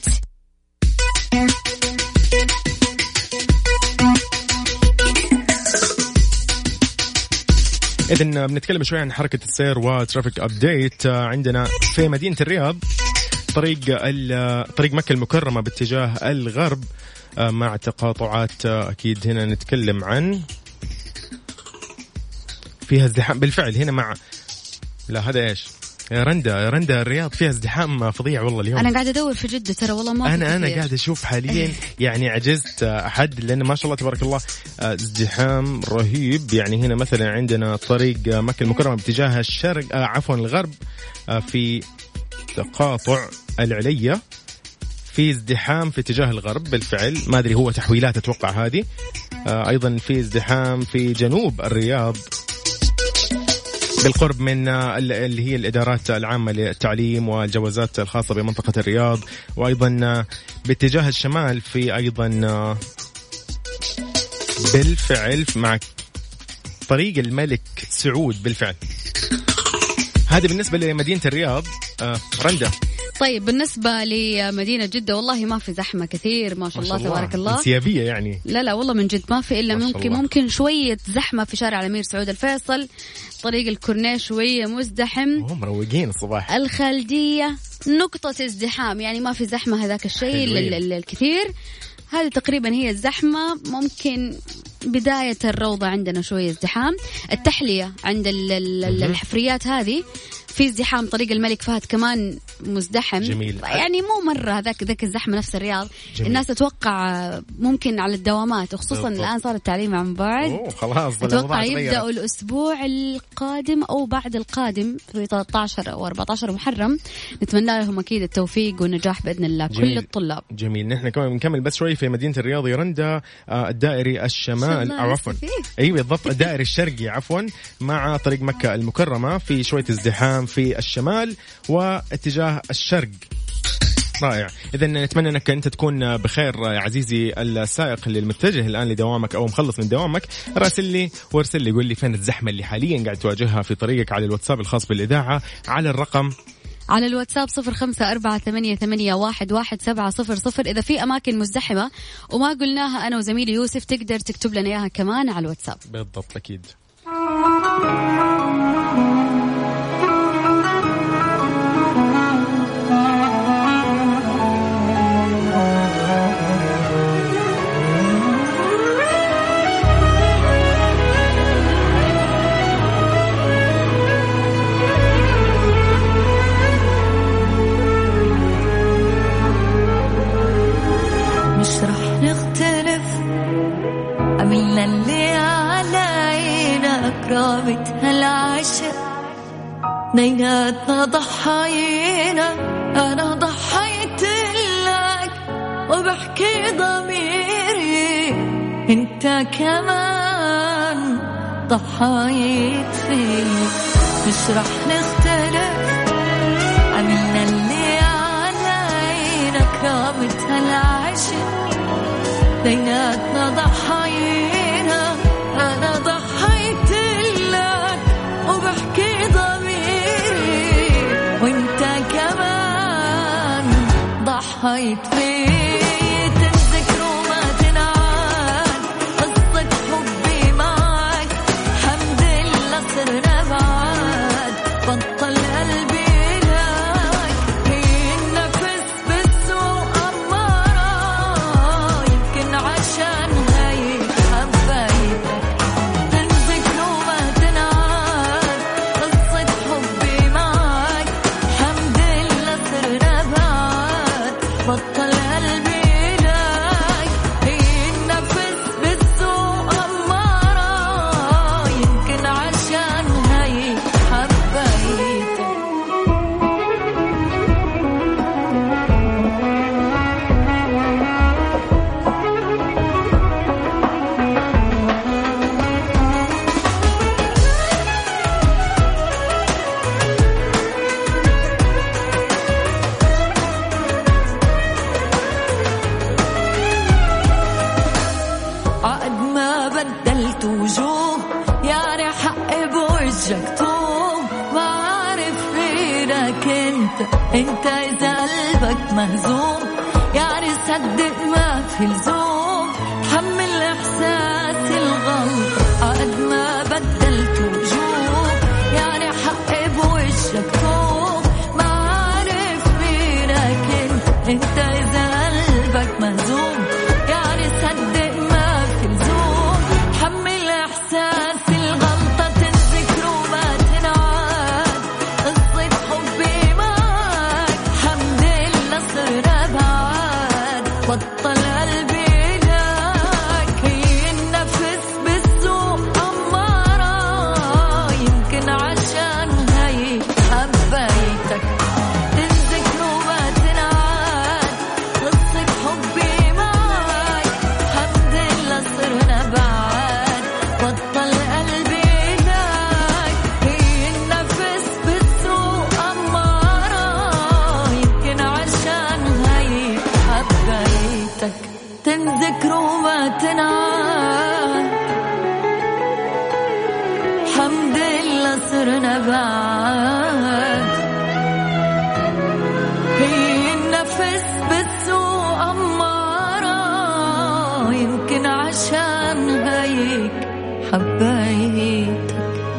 إذن بنتكلم شوي عن حركة السير وترافيك أبديت. عندنا في مدينة الرياض طريق طريق مكة المكرمة باتجاه الغرب مع تقاطعات، أكيد هنا نتكلم عن فيها ازدحام بالفعل هنا مع لا هذا إيش يا رندا يا رندا الرياض فيها ازدحام فظيع والله اليوم. أنا قاعدة أدور في جدة ترى والله ما أنا أنا قاعد أشوف حاليا يعني عجزت أحد، لأن ما شاء الله تبارك الله ازدحام رهيب. يعني هنا مثلا عندنا طريق مكة المكرمة باتجاه الشرق آه عفوا الغرب آه في تقاطع العلية في ازدحام في اتجاه الغرب بالفعل، ما أدري هو تحويلات أتوقع هذه. آه أيضا في ازدحام في جنوب الرياض بالقرب من اللي هي الإدارات العامة للتعليم والجوازات الخاصة بمنطقة الرياض، وأيضا باتجاه الشمال في أيضا بالفعل مع طريق الملك سعود بالفعل. هذه بالنسبة لمدينة الرياض. آه رندا. طيب بالنسبة لمدينة جدة والله ما في زحمة كثير ما شاء الله, الله تبارك الله. انسيابية يعني. لا لا والله من جد ما في إلا ممكن الله. ممكن شوية زحمة في شارع الأمير سعود الفيصل، طريق الكورنيش شوية مزدحم. هم مروقين الصباح. الخالدية نقطة ازدحام يعني ما في زحمة هذاك الشيء الكثير. هذه تقريبا هي الزحمة. ممكن بداية الروضة عندنا شوية ازدحام. التحلية عند الحفريات هذه في ازدحام. طريق الملك فهد كمان مزدحم. جميل. يعني مو مرة ذاك ذاك الزحمة نفس الرياض. جميل. الناس تتوقع ممكن على الدوامات وخصوصا بالضبط. الآن صار التعليم عن بعد. أوه خلاص أتوقع يبدأوا الأسبوع القادم أو بعد القادم في ثلاثة عشر أو أربعة عشر محرم. نتمنى لهم أكيد التوفيق والنجاح بإذن الله. جميل. كل الطلاب. جميل. نحن كمان بنكمل بس شوي في مدينة الرياض يرندا. الدائري الشمال عفوا أيوة بالضبط الدائري الشرقي عفوا مع طريق مكة المكرمة في شوية ازدحام في الشمال واتجاه الشرق. رائع. إذا نتمنى أنك أنت تكون بخير عزيزي السائق اللي المتجه الآن لدوامك أو مخلص من دوامك. راسل لي وارسل لي قول لي فين الزحمة اللي حاليا قاعد تواجهها في طريقك على الواتساب الخاص بالإذاعة على الرقم على الواتساب صفر خمسة أربعة ثمانية ثمانية واحد واحد سبعة صفر صفر. إذا في أماكن مزدحمة وما قلناها أنا وزميلي يوسف تقدر تكتب لنا إياها كمان على الواتساب. بالضبط أكيد. كرامة هالعشق بيناتنا ضحاينا، أنا ضحيت لك وبحكي ضميري انت كمان ضحيت فيك. مش رح نختلف، عملنا اللي علينا كرامة هالعشق بيناتنا ضحاينا، أنا ضحيت لك وبحكي ضميري وانت كمان ضحيت فيك. تنذكر وما تنعاد قصة حبي معك، حمد لله صرنا بعاد بطل قلبي لك. هي النفس بالسوء أمارة، يمكن عشان هاي حبيتك. تنذكر وما تنعاد قصة حبي معك، حمد لله صرنا بعاد بطل قلبي لك. هي النفس بالسوء أمارة، يمكن عشان هاي حبيتك. عقد ما بدلت وجوه، يعني حقي بوجهك توم. بعرف غيرك انت، انت اذا قلبك مهزوم، يعني صدق ما في لزوم حمل احساس الغلط. عقد ما بدلت وجوه، يعني حقي بوجهك توم. بعرف غيرك انت، انت اذا قلبك مهزوم، يعني صدق ما في لزوم حمل احساس الغلطة. تنذكر وما تنعاد قصة حبي معك، حمد لله صرنا بعاد بطل قلبي لك. هي النفس بالسوء أمارة، يمكن عشان هاي حبيتك. تنذكر وما تنعاد قصة حبي معك، حمد لله صرنا بعاد بطل قلبي لك. هي النفس بالسوء أمارة، يمكن عشان هاي حبيتك. تنذكر وما تنعاد حمد لله صرنا بعاد. هي النفس بالسوء أمارة، يمكن عشان هيك حبيتك.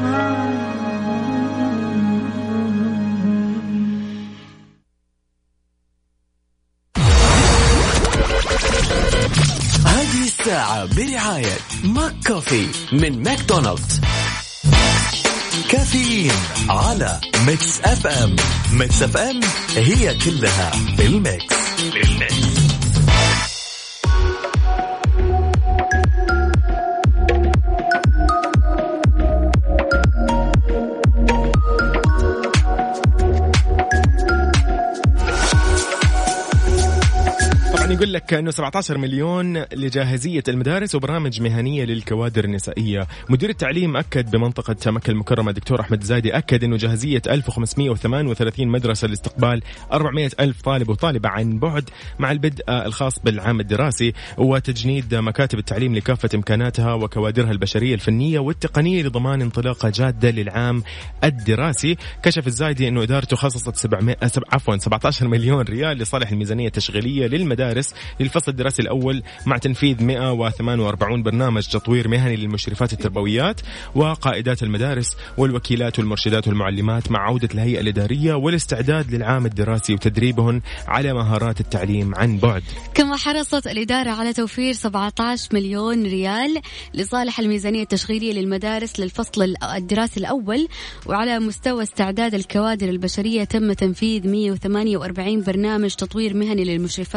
هذه الساعة برعاية ماك كوفي من ماكدونالدز. كافيين على ميكس اف ام. ميكس اف ام هي كلها بالميكس. بالميكس. يقول لك أنه سبعة عشر مليون لجاهزية المدارس وبرامج مهنية للكوادر النسائية. مدير التعليم أكد بمنطقة مكة المكرمة دكتور أحمد زايدي أكد أنه جاهزية ألف وخمسمائة وثمانية وثلاثين مدرسة لاستقبال أربعمائة ألف طالب وطالبة عن بعد مع البدء الخاص بالعام الدراسي، وتجنيد مكاتب التعليم لكافة إمكاناتها وكوادرها البشرية الفنية والتقنية لضمان انطلاقة جادة للعام الدراسي. كشف الزايدي أنه إدارته خصصت سبعمائة عفوا سبعة عشر مليون ريال لصالح الميزانية التشغيلية للمدارس للفصل الدراسي الأول، مع تنفيذ مائة وثمانية وأربعين برنامج تطوير مهني للمشرفات التربويات وقائدات المدارس والوكيلات والمرشدات والمعلمات، مع عودة الهيئة الإدارية والاستعداد للعام الدراسي وتدريبهن على مهارات التعليم عن بعد. كما حرصت الإدارة على توفير سبعة عشر مليون ريال لصالح الميزانية التشغيلية للمدارس للفصل الدراسي الأول، وعلى مستوى استعداد الكوادر البشرية تم تنفيذ مائة وثمانية وأربعين برنامج تطوير مهني للمشرفات التربوية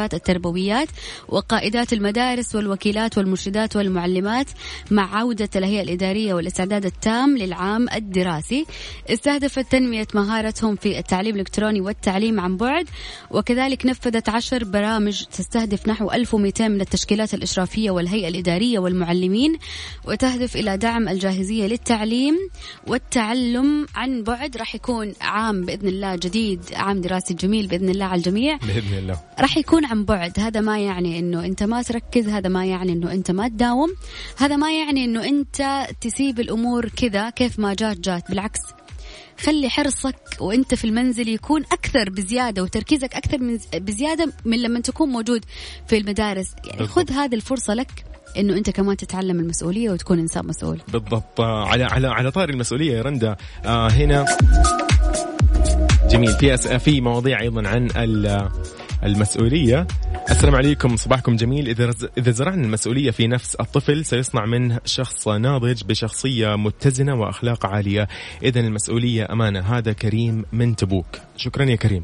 والتربويات وقائدات المدارس والوكيلات والمرشدات والمعلمات مع عودة الهيئة الإدارية والاستعداد التام للعام الدراسي. استهدفت تنمية مهارتهم في التعليم الإلكتروني والتعليم عن بعد، وكذلك نفذت عشر برامج تستهدف نحو ألف ومئتين من التشكيلات الإشرافية والهيئة الإدارية والمعلمين، وتهدف إلى دعم الجاهزية للتعليم والتعلم عن بعد. راح يكون عام بإذن الله جديد، عام دراسي جميل بإذن الله على الجميع بإذن الله. راح يكون عن بعد. هذا ما يعني إنه أنت ما تركز، هذا ما يعني إنه أنت ما تداوم، هذا ما يعني إنه أنت تسيب الأمور كذا كيف ما جات جات. بالعكس، خلي حرصك وانت في المنزل يكون أكثر بزيادة، وتركيزك أكثر من بزيادة من لما تكون موجود في المدارس. يعني خذ هذه الفرصة لك إنه أنت كمان تتعلم المسؤولية وتكون إنسان مسؤول. بالضبط. على على على طار المسؤولية يا رندا، آه هنا جميل في في مواضيع أيضا عن المسؤولية. السلام عليكم، صباحكم جميل. إذا إذا زرعنا المسؤولية في نفس الطفل سيصنع منه شخص ناضج بشخصية متزنة وأخلاق عالية. إذن المسؤولية أمانة. هذا كريم من تبوك. شكرا يا كريم.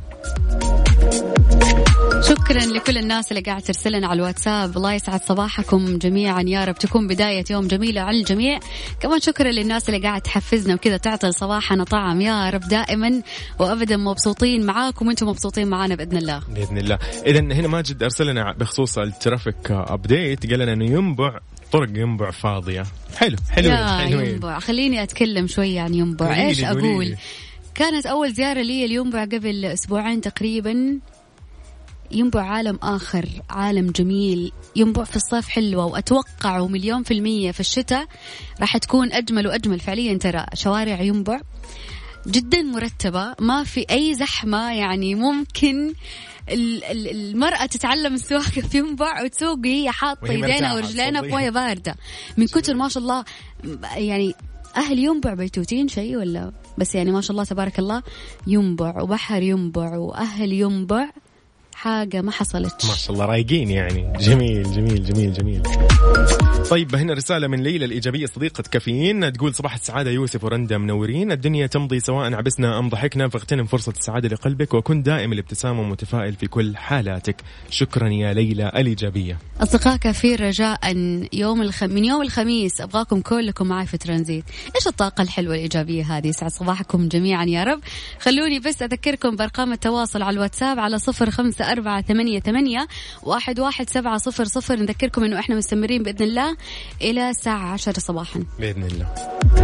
شكرا لكل الناس اللي قاعد ترسلنا على الواتساب. الله يسعد صباحكم جميعا، يا رب تكون بداية يوم جميلة على الجميع. كمان شكرا للناس اللي قاعد تحفزنا وكذا تعطي صباحنا طعم. يا رب دائما وأبدا مبسوطين معاكم وانتم مبسوطين معانا بإذن الله. بإذن الله. إذن هنا ماجد أرسلنا بخصوص الترافيك أبديت، قال لنا إنه ينبع طرق ينبع فاضية. حلو حلو يا ينبع. خليني أتكلم شوية عن ينبع. إيش أقول؟ كانت أول زيارة لي الينبع قبل أسبوعين تقريبا. ينبع عالم آخر، عالم جميل. ينبع في الصيف حلوة، وأتوقع مليون في المية في الشتاء راح تكون أجمل وأجمل فعليا. ترى شوارع ينبع جدا مرتبة، ما في أي زحمة. يعني ممكن المرأة تتعلم السواقة في ينبع وتسوق وهي حاطة يدينا ورجلينا في موية باردة من كتر ما شاء الله. يعني أهل ينبع بيتوتين شيء ولا بس؟ يعني ما شاء الله تبارك الله. ينبع وبحر ينبع وأهل ينبع حاجة ما حصلت، ما شاء الله رايقين يعني. جميل جميل جميل جميل. طيب هنا رسالة من ليلى الإيجابية صديقة كافيين، تقول صباح السعادة يوسف ورندا منورين. الدنيا تمضي سواء عبسنا أم ضحكنا، فاغتنم فرصة السعادة لقلبك وكن دائم الابتسامة ومتفائل في كل حالاتك. شكرا يا ليلى الإيجابية. أصدقاء كافيين رجاء يوم الخ... من يوم الخميس أبغاكم كلكم معي في ترانزيت. إيش الطاقة الحلوة الإيجابية هذه؟ سعد صباحكم جميعا يا رب. خلوني بس أذكركم بأرقام التواصل على الواتساب على صفر خمسة أربعة ثمانية ثمانية واحد واحد سبعة صفر صفر. نذكركم إنه إحنا مستمرين بإذن الله إلى الساعة عشرة صباحا بإذن الله.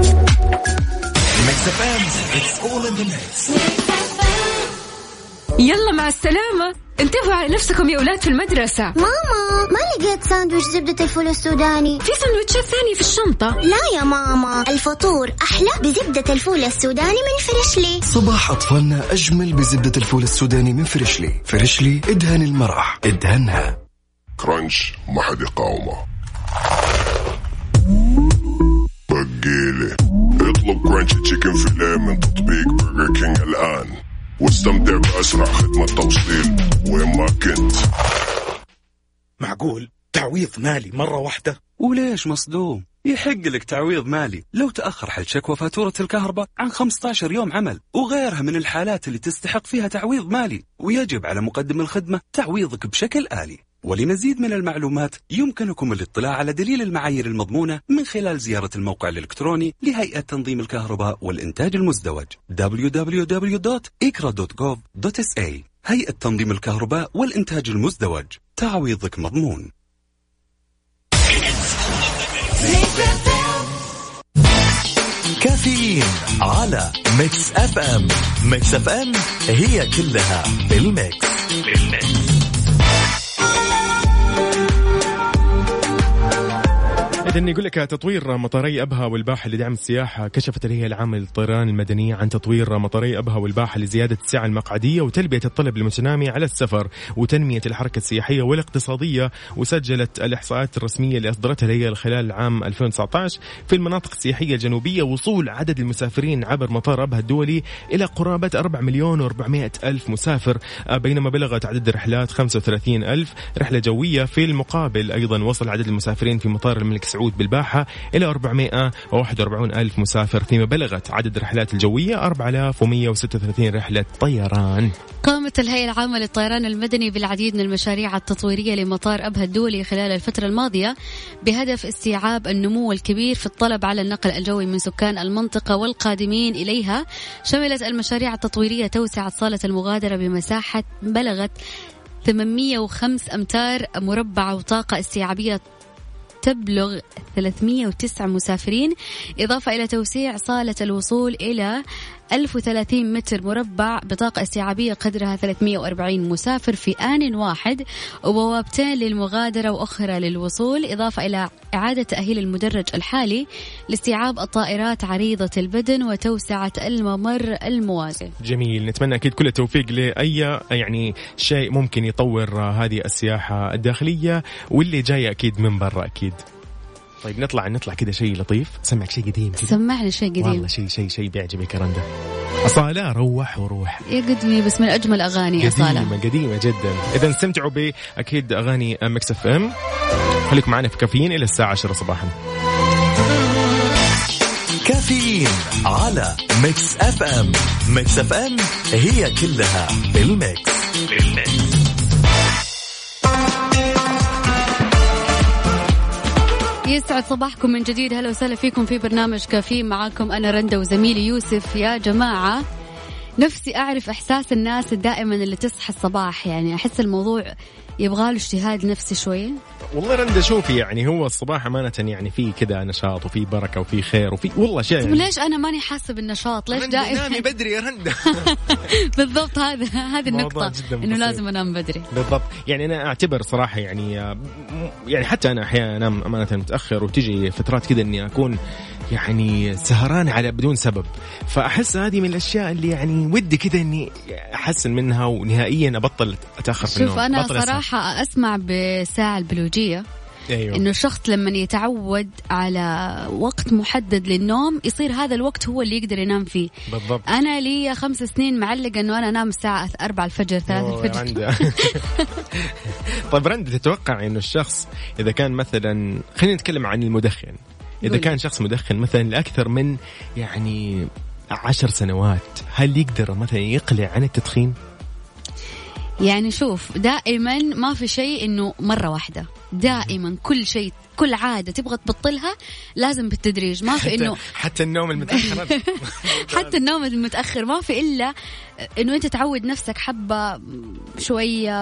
يلا مع السلامة، انتبهوا على نفسكم يا أولاد في المدرسة. ماما ما لقيت ساندويش زبدة الفول السوداني. في ساندويتشات ثانية في الشنطة. لا يا ماما، الفطور أحلى بزبدة الفول السوداني من فريشلي. صباح أطفالنا أجمل بزبدة الفول السوداني من فريشلي. فريشلي ادهن المرح، ادهنها. كرانش ما حد يقاومه. بقيلي اطلب كرانش تشيكن فيليه من تطبيق برجر كينج الآن واستمتع بأسرع خدمة توصيل وين ما كنت. معقول تعويض مالي مرة واحدة؟ وليش مصدوم؟ يحق لك تعويض مالي لو تأخر حل شكوى فاتورة الكهرباء عن خمسة عشر يوم عمل، وغيرها من الحالات اللي تستحق فيها تعويض مالي، ويجب على مقدم الخدمة تعويضك بشكل آلي. ولمزيد من المعلومات يمكنكم الاطلاع على دليل المعايير المضمونة من خلال زيارة الموقع الإلكتروني لهيئة تنظيم الكهرباء والإنتاج المزدوج دبليو دبليو دبليو دوت إكرا دوت جوف دوت إس إيه. هيئة تنظيم الكهرباء والإنتاج المزدوج، تعويضك مضمون. كافيين على ميكس اف ام. ميكس اف ام هي كلها بالميكس. إذن يقول لك تطوير مطاري أبها والباحة لدعم السياحة. كشفت الهيئة العامة للطيران المدنية عن تطوير مطاري أبها والباحة لزيادة السعة المقعدية وتلبية الطلب المتنامي على السفر وتنمية الحركة السياحية والاقتصادية. وسجلت الإحصاءات الرسمية اللي أصدرتها الهيئة خلال العام ألفين وتسعة عشر في المناطق السياحية الجنوبية وصول عدد المسافرين عبر مطار أبها الدولي إلى قرابة أربعة مليون وأربعمائة ألف مسافر، بينما بلغت عدد الرحلات خمسة وثلاثين ألف رحلة جوية. في المقابل أيضا وصل عدد المسافرين في مطار الملك سعود تفوت بالباحة إلى أربعمائة وواحد وأربعين ألف مسافر، فيما بلغت عدد الرحلات الجوية أربعة آلاف ومئة وستة وثلاثين رحلة طيران. قامت الهيئة العامة للطيران المدني بالعديد من المشاريع التطويرية لمطار أبها الدولي خلال الفترة الماضية بهدف استيعاب النمو الكبير في الطلب على النقل الجوي من سكان المنطقة والقادمين إليها. شملت المشاريع التطويرية توسعة صالة المغادرة بمساحة بلغت ثمانمائة وخمسة أمتار مربع وطاقة استيعابية تبلغ ثلاثمائة وتسعة مسافرين، إضافة إلى توسيع صالة الوصول إلى ألف وثلاثين متر مربع بطاقة استيعابية قدرها ثلاثمائة وأربعين مسافر في آن واحد، وبوابتين للمغادرة وأخرى للوصول، إضافة إلى إعادة تأهيل المدرج الحالي لاستيعاب الطائرات عريضة البدن وتوسعة الممر الموازي. جميل، نتمنى أكيد كل التوفيق لأي يعني شيء ممكن يطور هذه السياحة الداخلية واللي جاي أكيد من برا أكيد. طيب نطلع نطلع كده شيء لطيف، سمعك شيء قديم كده. سمعنا شيء قديم والله، شيء شيء شيء بيعجبك يا رندا. أصالة روح وروح يا قدمي، بس من أجمل أغاني أصالة، قديمة قديمة جدا. إذا استمتعوا بأكيد أغاني ميكس اف ام. خليكم معنا في كافيين إلى الساعة عشرة صباحا. كافيين على ميكس اف ام. ميكس اف ام هي كلها بالميكس. بالميكس. يسعد صباحكم من جديد، هلا وسهلا فيكم في برنامج كافيين، معاكم أنا رندا وزميلي يوسف. يا جماعة نفسي أعرف إحساس الناس دائما اللي تصحى الصباح، يعني أحس الموضوع يبغى له اجتهاد نفسي شوية. والله رندا شوفي، يعني هو الصباح أمانة يعني فيه كذا نشاط وفيه بركة وفيه خير وفيه والله شيء. يعني ليش أنا ماني حاسة بالنشاط؟ ليش دائما نامي بدري يا رندا؟ بالضبط، هذا هذه النقطة، إنه لازم أنام بدري. بالضبط، يعني أنا أعتبر صراحة يعني يعني حتى أنا أحيانا أنام أمانة متأخر، وتجي فترات كذا إني أكون يعني سهران على بدون سبب، فأحس هذه من الأشياء اللي يعني ودي كذا إني أحسن منها ونهائيا أبطل أتأخر في النوم. شوف أنا صراحة أسمع بالساعة البيولوجية. أيوه. إنه الشخص لما يتعود على وقت محدد للنوم يصير هذا الوقت هو اللي يقدر ينام فيه. بالضبط. أنا لي خمس سنين معلقة إنه أنا أنام الساعة أربعة الفجر ثلاثة الفجر. طيب رند، تتوقع إنه الشخص إذا كان مثلا، خلينا نتكلم عن المدخن، إذا قولي. كان شخص مدخن مثلا لأكثر من يعني عشر سنوات، هل يقدر مثلا يقلع عن التدخين؟ يعني شوف، دائما ما في شيء إنه مرة واحدة، دائما كل شيء كل عادة تبغى تبطلها لازم بالتدريج، ما في إنه حتى النوم المتأخر حتى النوم المتأخر ما في إلا إنه أنت تعود نفسك حبة شوية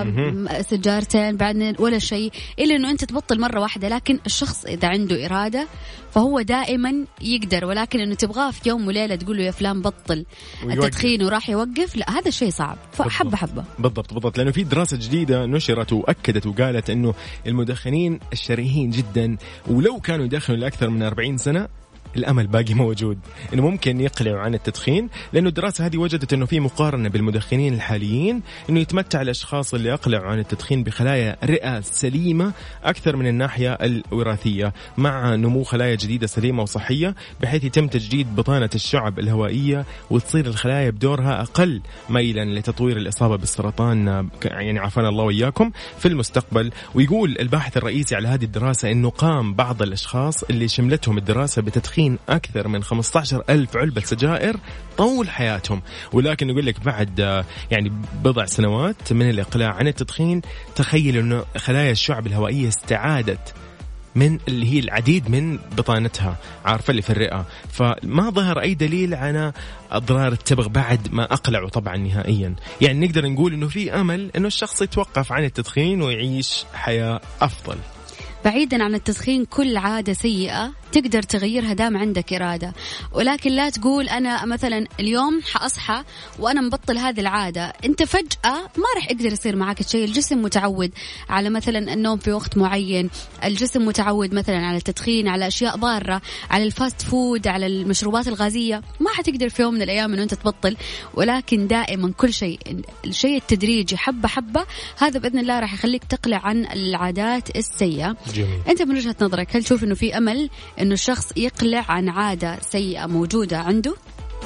سجارتين بعدين ولا شيء، إلا إنه أنت تبطل مرة واحدة. لكن الشخص إذا عنده إرادة فهو دائما يقدر، ولكن إنه تبغاه في يوم وليلة تقول له يا فلان بطل التدخين وراح يوقف، لا هذا الشيء صعب. فحبة حبة. بالضبط بالضبط، لأنه في دراسة جديدة نشرت وأكدت وقالت إنه المدخنين الشرهين جدا ولو كانوا يدخنوا لأكثر من أربعين سنة الأمل باقي موجود إنه ممكن يقلعوا عن التدخين، لأنه الدراسة هذه وجدت إنه في مقارنة بالمدخنين الحاليين إنه يتمتع الأشخاص اللي أقلعوا عن التدخين بخلايا رئة سليمة أكثر من الناحية الوراثية، مع نمو خلايا جديدة سليمة وصحية، بحيث يتم تجديد بطانة الشعب الهوائية وتصير الخلايا بدورها أقل ميلا لتطوير الإصابة بالسرطان، يعني عافانا الله وإياكم في المستقبل. ويقول الباحث الرئيسي على هذه الدراسة إنه قام بعض الأشخاص اللي شملتهم الدراسة بتدخين أكثر من خمسة عشر ألف علبة سجائر طول حياتهم، ولكن يقول لك بعد يعني بضع سنوات من الإقلاع عن التدخين تخيل أنه خلايا الشعب الهوائية استعادت من اللي هي العديد من بطانتها، عارفة اللي في الرئة، فما ظهر أي دليل على أضرار التبغ بعد ما أقلعوا طبعا نهائيا. يعني نقدر نقول أنه في أمل أنه الشخص يتوقف عن التدخين ويعيش حياة أفضل. بعيدا عن التدخين كل عادة سيئة تقدر تغيرها دام عندك إرادة، ولكن لا تقول أنا مثلا اليوم حأصحى وأنا مبطل هذه العادة. أنت فجأة ما رح يقدر يصير معك شيء، الجسم متعود على مثلا النوم في وقت معين، الجسم متعود مثلا على التدخين، على أشياء ضارة، على الفاست فود، على المشروبات الغازية، ما حتقدر في يوم من الأيام أنه أنت تبطل. ولكن دائما كل شيء الشيء التدريجي حبة حبة، هذا بإذن الله رح يخليك تقلع عن العادات السيئة. جميل. أنت من وجهة نظرك هل تشوف أنه في أمل أنه الشخص يقلع عن عادة سيئة موجودة عنده؟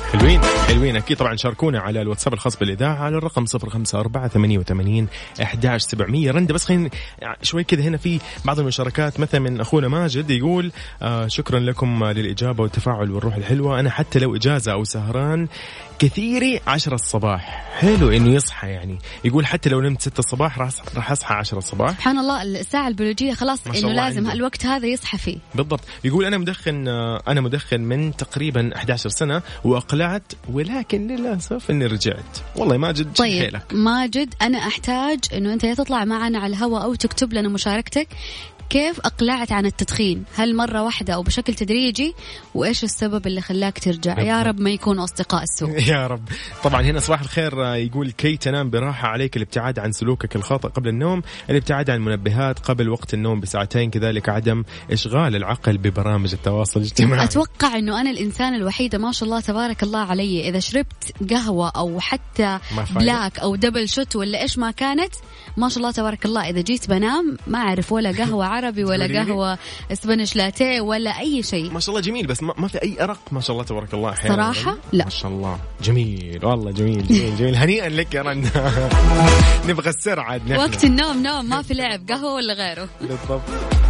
حلوين حلوين. أكيد طبعا شاركونا على الواتساب الخاص بالإذاعة على الرقم صفر خمسة أربعة ثمانية وثمانين أحد عشر سبعمية. رندا بس خلينا شوي كذا، هنا في بعض المشاركات مثلا من أخونا ماجد يقول آه شكرا لكم للإجابة والتفاعل والروح الحلوة. أنا حتى لو إجازة أو سهران كثيري عشرة الصباح. حلو إنه يصحى، يعني يقول حتى لو نمت ستة الصباح راح أصحى عشرة الصباح. سبحان الله، الساعة البيولوجية خلاص إنه لازم هالوقت هذا يصحى فيه. بالضبط. يقول أنا مدخن أنا مدخن من تقريبا أحد عشر سنة وأقلعت، ولكن للأسف إني رجعت. والله ماجد طيب حيلك. ماجد أنا أحتاج إنه أنت تطلع معنا على الهواء أو تكتب لنا مشاركتك كيف أقلعت عن التدخين، هل مرة واحدة أو بشكل تدريجي، وإيش السبب اللي خلاك ترجع. بالضبط. يا رب ما يكونوا أصدقاء السوء. يا رب. طبعا هنا صباح الخير يقول كي تنام براحة عليك الابتعاد عن سلوكك الخاطئ قبل النوم، الابتعاد عن المنبهات قبل وقت النوم بساعتين، كذلك عدم إشغال العقل ببرامج التواصل الاجتماعي. أتوقع أنه أنا الإنسان الوحيدة ما شاء الله تبارك الله علي إذا شربت قهوة أو حتى بلاك أو دبل شوت ولا إيش ما كانت، ما شاء الله تبارك الله إذا جيت بنام ما أعرف ولا قهوة عربي ولا قهوة اسبانيش لاتيه ولا أي شيء. ما شاء الله جميل، بس ما في أي أرق ما شاء الله تبارك الله. صراحة لا ما شاء الله جميل، والله جميل جميل جميل. هنيئا لك يا رندا. نبغى السرعة وقت النوم نوم، ما في لعب قهوة ولا غيره. بالضبط.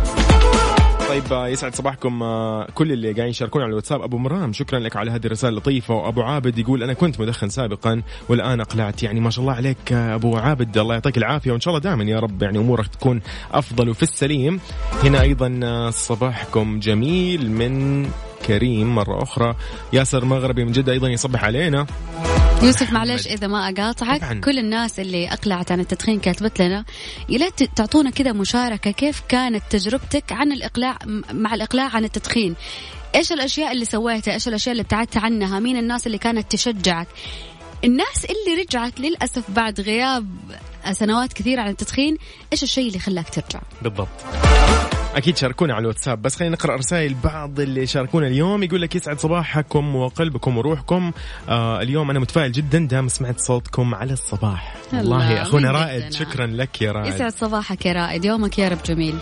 طيب يسعد صباحكم كل اللي قاعدين يشاركون على الواتساب. أبو مرام شكرا لك على هذه الرسالة اللطيفة. وأبو عابد يقول أنا كنت مدخن سابقا والآن أقلعت. يعني ما شاء الله عليك أبو عابد، الله يعطيك العافية وإن شاء الله دائما يا رب يعني أمورك تكون أفضل وفي السليم. هنا أيضا صباحكم جميل من كريم مرة أخرى. ياسر مغربي من جدة أيضا يصبح علينا. يوسف معلش إذا ما أقاطعك، طبعاً. كل الناس اللي أقلعت عن التدخين كاتبت لنا يلا تعطونا كذا مشاركة كيف كانت تجربتك عن الإقلاع مع الإقلاع عن التدخين. إيش الأشياء اللي سويتها، إيش الأشياء اللي ابتعدت عنها، مين الناس اللي كانت تشجعك، الناس اللي رجعت للأسف بعد غياب سنوات كثيرة عن التدخين، إيش الشيء اللي خلاك ترجع. بالضبط. أكيد شاركونا على الواتساب. بس خلينا نقرأ رسائل بعض اللي شاركونا اليوم. يقول لك يسعد صباحكم وقلبكم وروحكم. آه اليوم أنا متفائل جدا دام سمعت صوتكم على الصباح. والله يا أخونا رائد شكرا لك يا رائد. يسعد صباحك يا رائد، يومك يا رب جميل.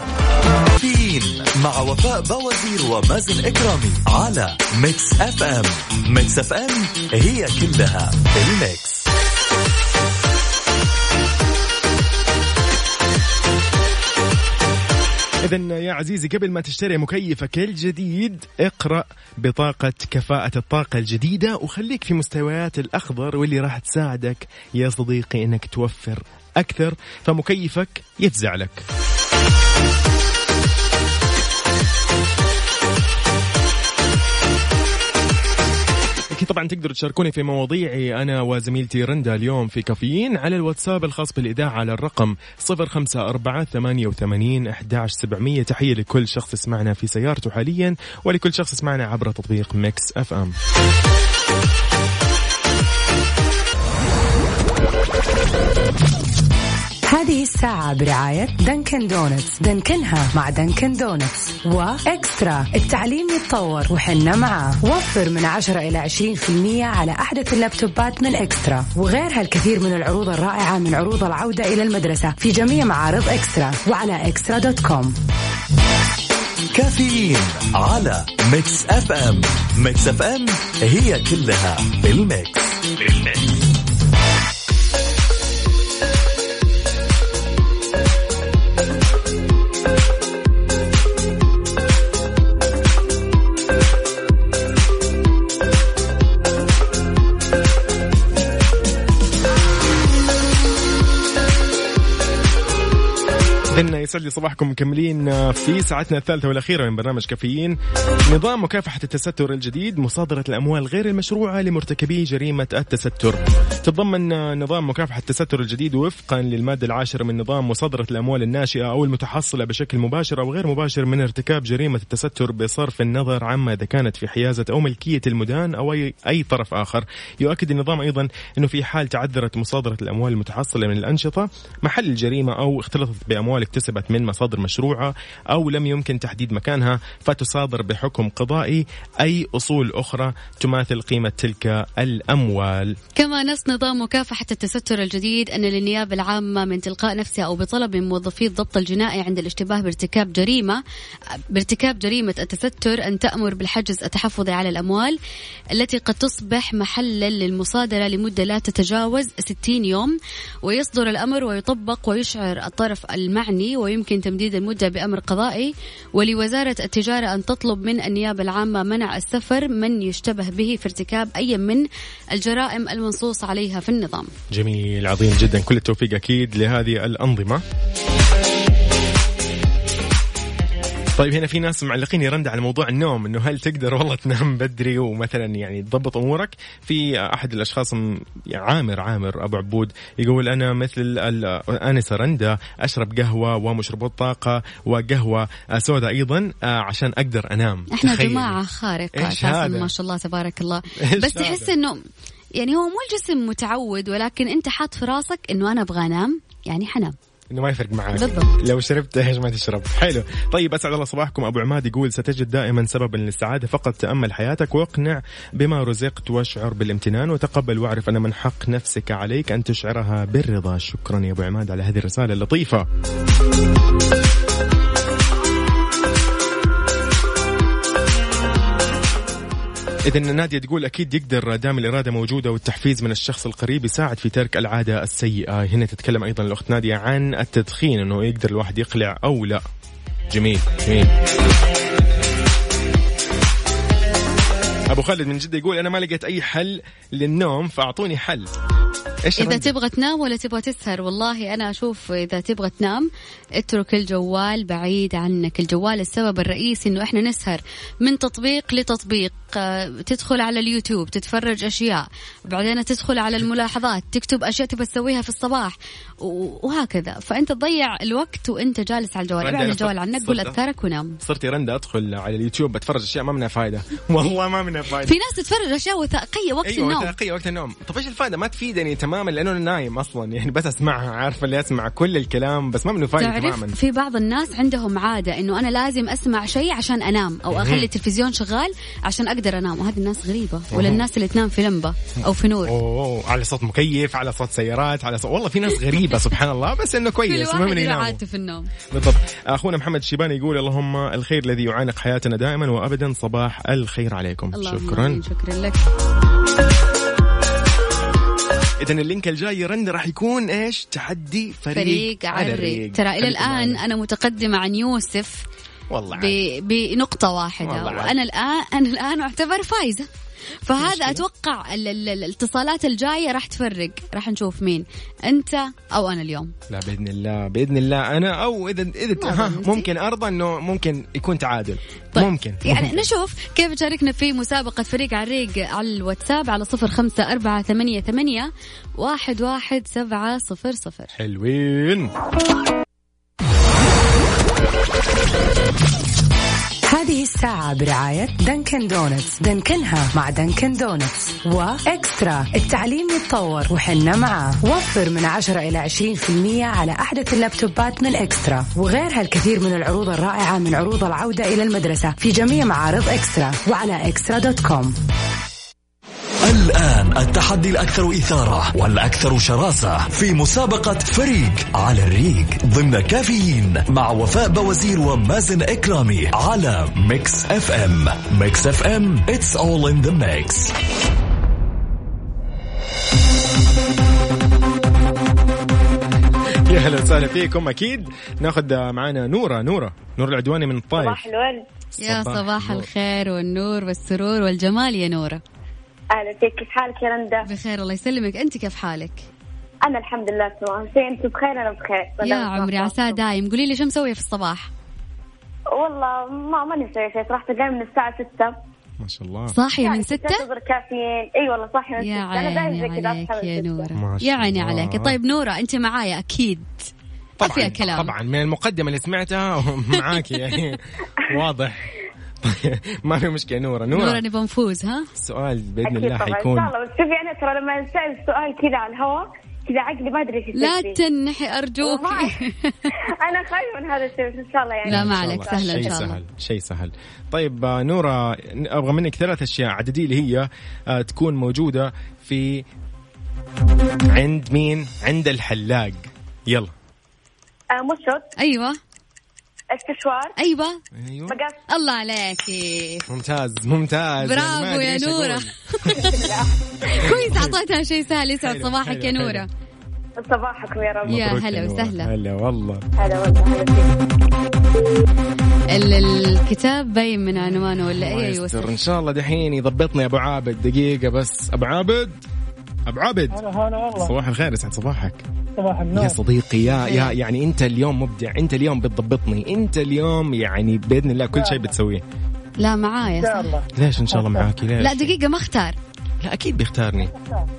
مع وفاء بوازير ومازن إكرامي على ميكس أف أم. ميكس أف أم هي كلها الميكس. إذن يا عزيزي قبل ما تشتري مكيفك الجديد اقرأ بطاقة كفاءة الطاقة الجديدة وخليك في مستويات الأخضر واللي راح تساعدك يا صديقي إنك توفر أكثر، فمكيفك يفزع لك. طبعا تقدروا تشاركوني في مواضيعي أنا وزميلتي رندا اليوم في كافيين على الواتساب الخاص بالإذاعة على الرقم صفر خمسة أربعة ثمانية وثمانين أحد عشر سبعمية. تحية لكل شخص يسمعنا في سيارته حاليا ولكل شخص يسمعنا عبر تطبيق ميكس أف أم. هذه الساعة برعاية دانكن دونتس، دانكنها مع دانكن دونتس، وإكسترا التعليم يتطور وحنا معاه. وفر من عشرة إلى عشرين في المية على أحدث اللابتوبات من إكسترا، وغيرها الكثير من العروض الرائعة من عروض العودة إلى المدرسة في جميع معارض إكسترا وعلى إكسترا دوت كوم. كافيين على ميكس أف أم. ميكس أف أم هي كلها بالميكس. بالميكس. يسعد لي صباحكم مكملين في ساعتنا الثالثة والأخيرة من برنامج كافيين. نظام مكافحة التستر الجديد، مصادرة الأموال غير المشروعة لمرتكبي جريمة التستر. تتضمن نظام مكافحة التستر الجديد وفقا للمادة العاشرة من نظام مصادرة الأموال الناشئة أو المتحصلة بشكل مباشر أو غير مباشر من ارتكاب جريمة التستر بصرف النظر عما إذا كانت في حيازة أو ملكية المدان أو أي, أي طرف آخر. يؤكد النظام أيضا أنه في حال تعذرت مصادرة الأموال المتحصلة من الأنشطة محل الجريمة أو اختلطت بأموالك اكتسبت من مصادر مشروعة أو لم يمكن تحديد مكانها فتصادر بحكم قضائي أي أصول أخرى تماثل قيمة تلك الأموال. كما نص نظام مكافحة التستر الجديد أن للنيابة العامة من تلقاء نفسها أو بطلب من موظفي الضبط الجنائي عند الاشتباه بارتكاب جريمة بارتكاب جريمة التستر أن تأمر بالحجز التحفظي على الأموال التي قد تصبح محلا للمصادرة لمدة لا تتجاوز ستين يوم، ويصدر الأمر ويطبق ويشعر الطرف المعني، ويمكن تمديد المدة بأمر قضائي. ولوزارة التجارة أن تطلب من النيابة العامة منع السفر من يشتبه به في ارتكاب أي من الجرائم المنصوص عليها في النظام. جميل، عظيم جدا، كل التوفيق أكيد لهذه الأنظمة. طيب هنا في ناس معلقين يرند على موضوع النوم، انه هل تقدر والله تنام بدري ومثلا يعني تضبط امورك؟ في احد الاشخاص عامر عامر ابو عبود يقول انا مثل الانسه رندا اشرب قهوه ومشروبات طاقه وقهوه سوداء ايضا عشان اقدر انام. احنا جماعه خارقه اساسا ما شاء الله تبارك الله. بس تحس انه يعني هو مو الجسم متعود، ولكن انت حاط في راسك انه انا ابغى انام يعني حنام، إنه ما يفرق معك بالضبط. لو شربت إيش ما تشرب. حلو. طيب أسعد الله صباحكم. أبو عماد يقول ستجد دائما سببا للسعادة، فقط تأمل حياتك واقنع بما رزقت واشعر بالامتنان وتقبل واعرف أن من حق نفسك عليك أن تشعرها بالرضا. شكرا يا أبو عماد على هذه الرسالة اللطيفة. إذن نادية تقول أكيد يقدر دام الإرادة موجودة والتحفيز من الشخص القريب يساعد في ترك العادة السيئة. هنا تتكلم أيضا الأخت نادية عن التدخين، أنه يقدر الواحد يقلع أو لا. جميل جميل. أبو خالد من جدة يقول أنا ما لقيت أي حل للنوم فأعطوني حل. إيش إذا تبغى تنام ولا تبغى تسهر؟ والله أنا أشوف إذا تبغى تنام اترك الجوال بعيد عنك. الجوال السبب الرئيسي إنه إحنا نسهر من تطبيق لتطبيق، تدخل على اليوتيوب تتفرج أشياء، بعدين تدخل على الملاحظات تكتب أشياء تبغى تسويها في الصباح وهكذا، فأنت تضيع الوقت وأنت جالس على الجوال. ابعد الجوال عنك، قول أذكارك ونام. صرت رندا أدخل على اليوتيوب بتفرج أشياء ما منها فايدة. والله ما منها فايدة. في ناس تتفرج أشياء وثائقية وقت أيوة النوم. وثائقية وقت النوم. طب إيش الفائدة؟ ما تفيدني تماما لأنه أنا نايم أصلا، يعني بس أسمعها، عارفة اللي أسمع كل الكلام بس ما منه فايدة تماما. في بعض الناس عندهم عادة إنه أنا لازم أسمع شيء عشان أنام، أو أخلي التلفزيون شغال عشان أقدر أنام، وهذه الناس غريبة. ولا الناس اللي تنام في لمبة أو في نور، أوه على صوت مكيف، على صوت سيارات، على صوت، والله في ناس غريبة سبحان الله، بس إنه كويس المهم إنه ينام في النوم. بالضبط. أخونا محمد الشيباني يقول اللهم الخير الذي يعانق حياتنا دائما وأبدا، صباح الخير عليكم. شكرا شكرا لك. إذن اللينك الجاي رند راح يكون إيش؟ تحدي فريق, فريق على الريق. ترى إلى الآن أنا متقدمة عن يوسف والله بنقطة واحدة، وأنا الآن أنا الآن أعتبر فايزة. فهذا أتوقع الاتصالات الجاية راح تفرق، راح نشوف مين أنت أو أنا اليوم. لا بإذن الله بإذن الله أنا، أو إذا إذا ممكن أرضى إنه ممكن يكون تعادل. طيب. ممكن يعني ممكن. نشوف كيف تشاركنا في مسابقة فريق على الريق على الواتساب على صفر خمسة أربعة ثمانية ثمانية واحد واحد سبعة صفر صفر. حلوين. هذه الساعة برعاية دانكن دونتس، دانكنها مع دانكن دونتس، وإكسترا التعليم يتطور وحنا معاه. وفر من عشرة إلى عشرين في المية على أحدث اللابتوبات من إكسترا، وغيرها الكثير من العروض الرائعة من عروض العودة إلى المدرسة في جميع معارض إكسترا وعلى إكسترا دوت كوم. الآن التحدي الأكثر إثارة والأكثر شراسة في مسابقة فريق على الريق ضمن كافيين مع وفاء بوزير ومازن إكرامي على ميكس اف ام. ميكس اف ام it's all in the mix. يا هلا وسهلا فيكم. أكيد ناخذ معنا نورة نورة نور العدواني من الطائف. صباح الورد. يا صباح الخير والنور والسرور والجمال يا نورة. أهلا فيك، كيف حالك يا رندا؟ بخير الله يسلمك، أنت كيف حالك؟ أنا الحمد لله تمام. شيء أنت بخير أنا بخير. يا عمري عسى دايم. قولي لي شو مسوية في الصباح؟ والله ما ماني مسوية شيء صراحة، قايمة من الساعة ستة. ما شاء الله. صاحية من ستة؟ تنتظر كافيين. أي والله صاحية من ستة. أنا دايما كذا عليك يا نورة، يا عيني عليك. طيب نورة أنت معايا أكيد طبعا فيها كلام. طبعا من المقدمة اللي سمعتها معاكي يعني واضح. ما في مشكلة نورة. نورة نورة نبغى نفوز ها؟ السؤال بإذن الله حيكون إن شاء الله. بس شوفي أنا ترى لما نسأل السؤال كذا على الهواء كذا عقلي ما أدري إيش يصير لا فيه. تنحي أرجوك. أنا خايفة من هذا الشيء إن شاء الله يعني. لا ما عليك، سهل إن شيء شاء الله. سهل شيء سهل. طيب نورة أبغى منك ثلاث أشياء عددي اللي هي آه تكون موجودة في عند مين؟ عند الحلاق. يلا. آه مشط. أيوة. استشوار. أيوة. أيوة. مقص. الله عليكي. ممتاز ممتاز. برافو يعني يا نورة. كويس أعطيتها شيء سهل. يسعد صباحك يا نورة. صباحكم يا رب. يا هلا وسهلا. هلا والله. هلا والله. الكتاب باين من عنوانه ولا ايه يوسف؟ ان شاء الله دحين يضبطني ابو عابد. دقيقه بس. ابو عابد ابو عابد هلا هلا والله. صباح الخير يسعد صباحك. صباح النور يا صديقي. يا يا يعني انت اليوم مبدع. انت اليوم بتضبطني. انت اليوم يعني باذن الله كل شيء بتسويه. لا معايا صح. ليش ان شاء الله معاكي؟ ليش؟ لا دقيقه ما اختار. لا اكيد بيختارني.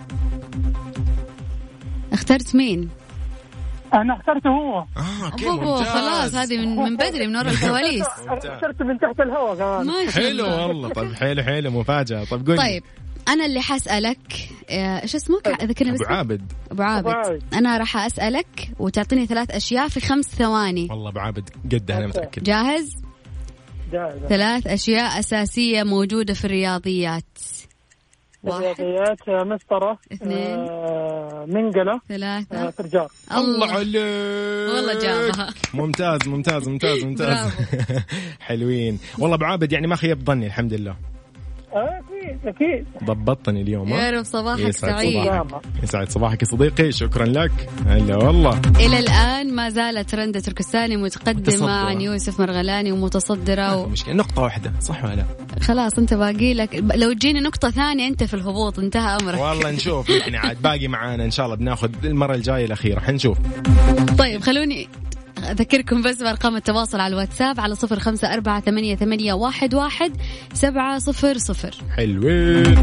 اخترت مين؟ أنا اخترته هو. آه هو خلاص. هذه من من بدري من وراء الكواليس. اخترت من تحت الهواء كمان. حلو والله. طيب حلو حلو مفاجأة. طيب قولي. طيب أنا اللي حسألك إيش اسمك؟ ذكرني أبو عابد. أبو عابد. أنا راح أسألك وتعطيني ثلاث أشياء في خمس ثواني. والله أبو عابد قد أنا متأكد. جاهز؟ جاهز. ثلاث أشياء أساسية موجودة في الرياضيات. الرياضيات مسطرة. اثنين. آه منقلة. ثلاثة. آه فرجار. الله عليك والله جابها. ممتاز ممتاز ممتاز ممتاز. حلوين والله أبو عابد. يعني ما خيب ظني الحمد لله. أكيد أكيد. ضبطني اليوم. يا رب صباحك سعيد. صباحك. يسعد صباحك يا صديقي. شكرا لك. هلا والله. إلى الآن ما زالت رندة تركستاني متقدمة عن يوسف مرغلاني ومتصدرة و... مشكلة نقطة واحدة صح ولا؟ خلاص أنت باقي لك. لو تجيني نقطة ثانية أنت في الهبوط. انتهى أمرك. والله نشوف. يعني عاد باقي معانا إن شاء الله. بناخذ المرة الجاية الأخيرة حنشوف. طيب خلوني أذكركم بس بأرقام التواصل على الواتساب على صفر خمسة أربعة ثمانية ثمانية واحد واحد سبعة صفر صفر. حلوين.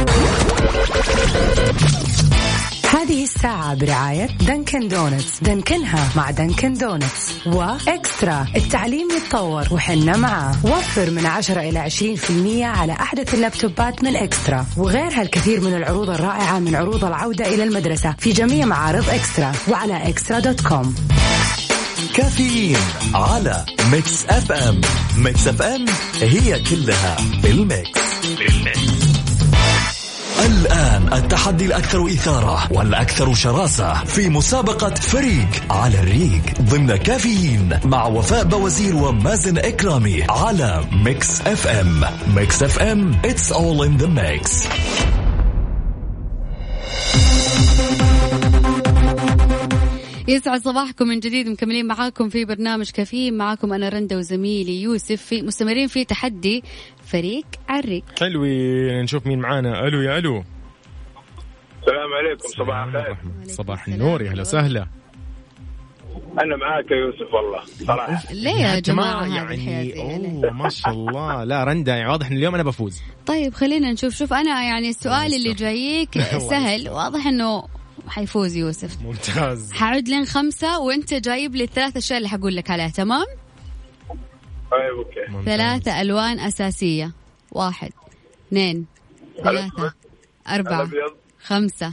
هذه الساعة برعاية دانكن دونتس. دانكنها مع دانكن دونتس. وإكسترا التعليم يتطور وحنا معاه. وفر من عشرة إلى عشرين في المية على أحدث اللابتوبات من إكسترا وغيرها الكثير من العروض الرائعة من عروض العودة إلى المدرسة في جميع معارض إكسترا وعلى إكسترا دوت كوم. كافيين على ميكس اف ام. ميكس اف ام هي كلها بالميكس. الآن التحدي الأكثر إثارة والأكثر شراسة في مسابقة فريق على الريق ضمن كافيين مع وفاء بوزير ومازن إكرامي على ميكس اف ام. ميكس اف ام it's all in the mix. يسعد صباحكم من جديد. مكملين معاكم في برنامج كافيين. معاكم أنا رندة وزميلي يوسف. في مستمرين في تحدي فريق عريق. حلوين. نشوف مين معانا. ألو يا ألو. السلام عليكم. صباح الخير. صباح النور. يا هلا وسهلا. أنا معاك يا يوسف والله صراحة. ليه يا جماعة يعني أوه ما شاء الله. لا رندا يعني واضح إن اليوم أنا بفوز. طيب خلينا نشوف. شوف أنا يعني السؤال اللي جايك سهل. واضح إنه حيفوز يوسف. ممتاز. حعد لين خمسة وانت جايب لي الثلاث أشياء اللي حقول لك عليها. تمام؟ طيب أوكي. ممتاز. ثلاثة ألوان أساسية. واحد اثنين ثلاثة أربعة خمسة.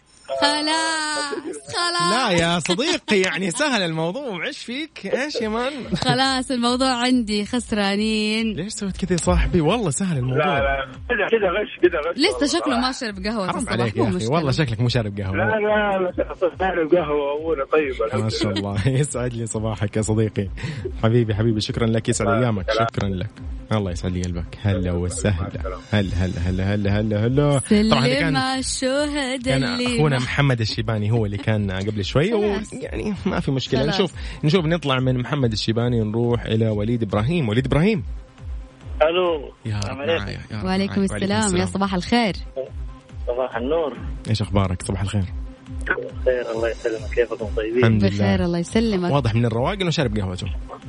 خلاص خلاص. لا يا صديقي يعني سهل الموضوع. ايش فيك؟ ايش يا مان؟ خلاص الموضوع عندي. خسرانين. ليش سويت كذا يا صاحبي؟ والله سهل الموضوع. لا لا كذا كذا غش كذا غش. لسه شكله ما شرب قهوة. حرام عليك يا أخي. والله شكلك مو شارب قهوة. لا لا لا شارب قهوة وأنا طيبة. ما شاء الله. يسعد لي صباحك يا صديقي. حبيبي حبيبي شكرا لك. يسعد أيامك. شكرا لك. الله يسعد لي قلبك. هلا وسهلا. هلا هلا هلا هلا هلا هلا. طبعا كان الشهداء اللي أخونا محمد الشيباني هو اللي كان قبل شوي ويعني ما في مشكلة. خلاص. نشوف نشوف نطلع من محمد الشيباني نروح إلى وليد إبراهيم. وليد إبراهيم. ألو. يا رب. وعليكم السلام. يا صباح الخير. صباح النور. إيش أخبارك؟ صباح الخير. خير الله يسلمك. كيفكم طيبين؟ الحمد لله بخير الله يسلمك. واضح من الرواق إنه شارب قهوته.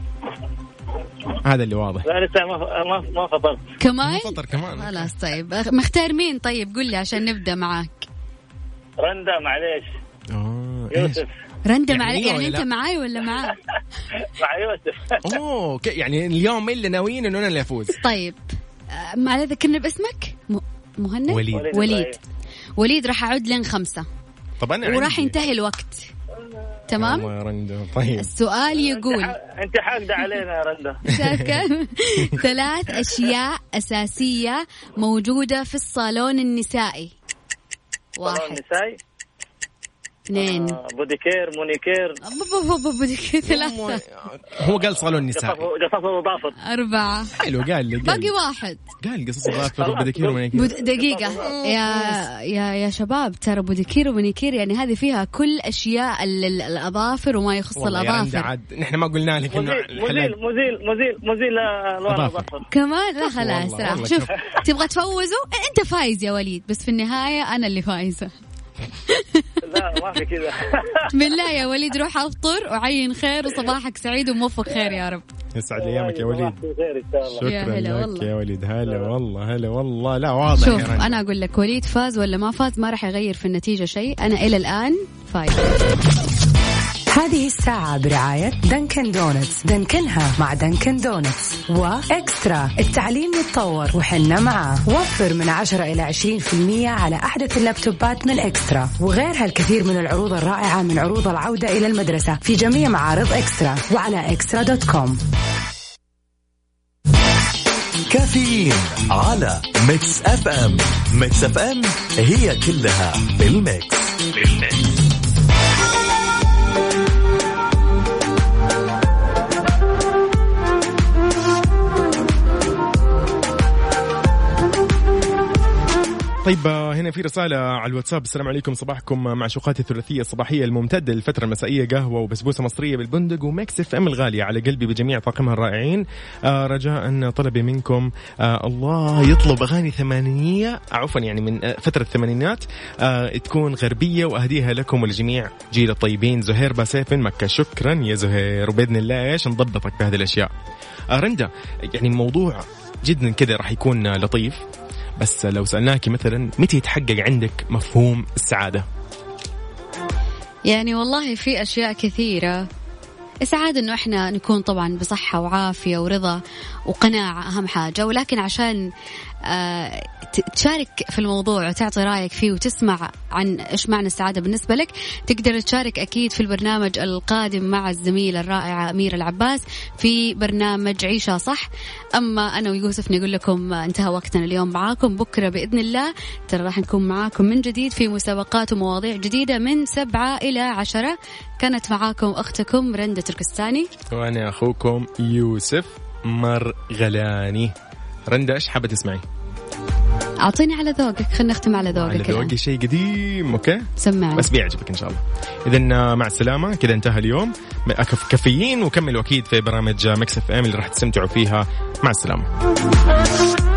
هذا اللي واضح. لا لسه ما ما ما فطرت كمان. ما فطر كمان. خلاص طيب مختار مين؟ طيب قل لي عشان نبدأ معاك. رندا معليش. آه يوسف. رندا معليش يعني, يعني أنت معاي ولا معاه؟ مع يوسف. أوه يعني اليوم اللي ناويين إنه أنا اللي أفوز. طيب آه ما ذكرني باسمك. م... مهند. وليد. وليد وليد راح أعد لين خمسة. طبعا وراح ينتهي الوقت. تمام يا رندا. طيب السؤال يقول انت حاقدة علينا يا رندا. شايف كيف؟ ثلاث اشياء اساسيه موجوده في الصالون النسائي. واحد النسائي اثنين آه بوديكير مونيكير بوديكير ثلاثة. هو قال صالون نسائي. قصص وضافر. أربعة. حلو قال لي. باقي واحد. قال قصص وضافر وبوديكير ومونيكير. بود... دقيقة يا يا يا شباب ترى بوديكير ومونيكير يعني هذه فيها كل أشياء الأظافر وما يخص الأظافر. نحن ما قلنا لك إنه مزيل مزيل مزيل مزيل الأظافر كمان. لا خلاص شوف تبغى تفوزوا أنت فايز يا وليد بس في النهاية أنا اللي فايزة. لا ما في كذا. بالله يا وليد روح أفطر وعين خير وصباحك سعيد وموفق خير يا رب. يسعد ايامك يا وليد. شكرا يا لك يا وليد. هلا والله هلا والله. لا واضح. شوف انا اقول لك وليد فاز ولا ما فاز ما راح يغير في النتيجه شيء. انا الى الان فايز. هذه الساعة برعاية دانكن دونتس. دانكنها مع دانكن دونتس. وإكسترا التعليم يتطور وحنا معاه. وفر من عشرة إلى عشرين في المية على أحدث اللابتوبات من إكسترا وغيرها الكثير من العروض الرائعة من عروض العودة إلى المدرسة في جميع معارض إكسترا وعلى إكسترا دوت كوم. كافيين على ميكس اف ام. ميكس اف ام هي كلها بالميكس. بالميكس. طيب هنا في رسالة على الواتساب. السلام عليكم صباحكم مع شوقات الثلاثية الصباحية الممتدة للفترة المسائية قهوة وبسبوسة مصرية بالبندق وميكس اف ام الغالية على قلبي بجميع طاقمها الرائعين. آه رجاء طلبي منكم آه الله يطلب أغاني ثمانينية عفوا يعني من آه فترة الثمانينات آه تكون غربية وأهديها لكم ولجميع جيل الطيبين. زهير باسيف من مكة. شكرا يا زهير وبإذن الله إيش نضبطك بهذه الأشياء. آه رندا يعني الموضوع جدا كذا راح يكون لطيف بس لو سألناكي مثلا متى يتحقق عندك مفهوم السعادة؟ يعني والله في أشياء كثيرة. السعادة إنه إحنا نكون طبعا بصحة وعافية ورضا وقناعة أهم حاجة. ولكن عشان آه تشارك في الموضوع وتعطي رأيك فيه وتسمع عن إيش معنى السعادة بالنسبة لك تقدر تشارك أكيد في البرنامج القادم مع الزميلة الرائعة أميرة العباس في برنامج عيشها صح. أما أنا ويوسف نقول لكم انتهى وقتنا اليوم معاكم. بكرة بإذن الله ترى راح نكون معاكم من جديد في مسابقات ومواضيع جديدة من سبعة إلى عشرة. كانت معاكم أختكم رندة تركستاني وأنا أخوكم يوسف مرغلاني. رندة إيش حابة تسمعي؟ أعطيني على ذوقك. خلنا نختم على ذوقك. على ذوقي شيء قديم أوكي سمعني بس بيعجبك إن شاء الله. إذن مع السلامة كذا انتهى اليوم. كافيين وكملوا أكيد في برامج ميكس اف ام اللي راح تستمتعوا فيها. مع السلامة.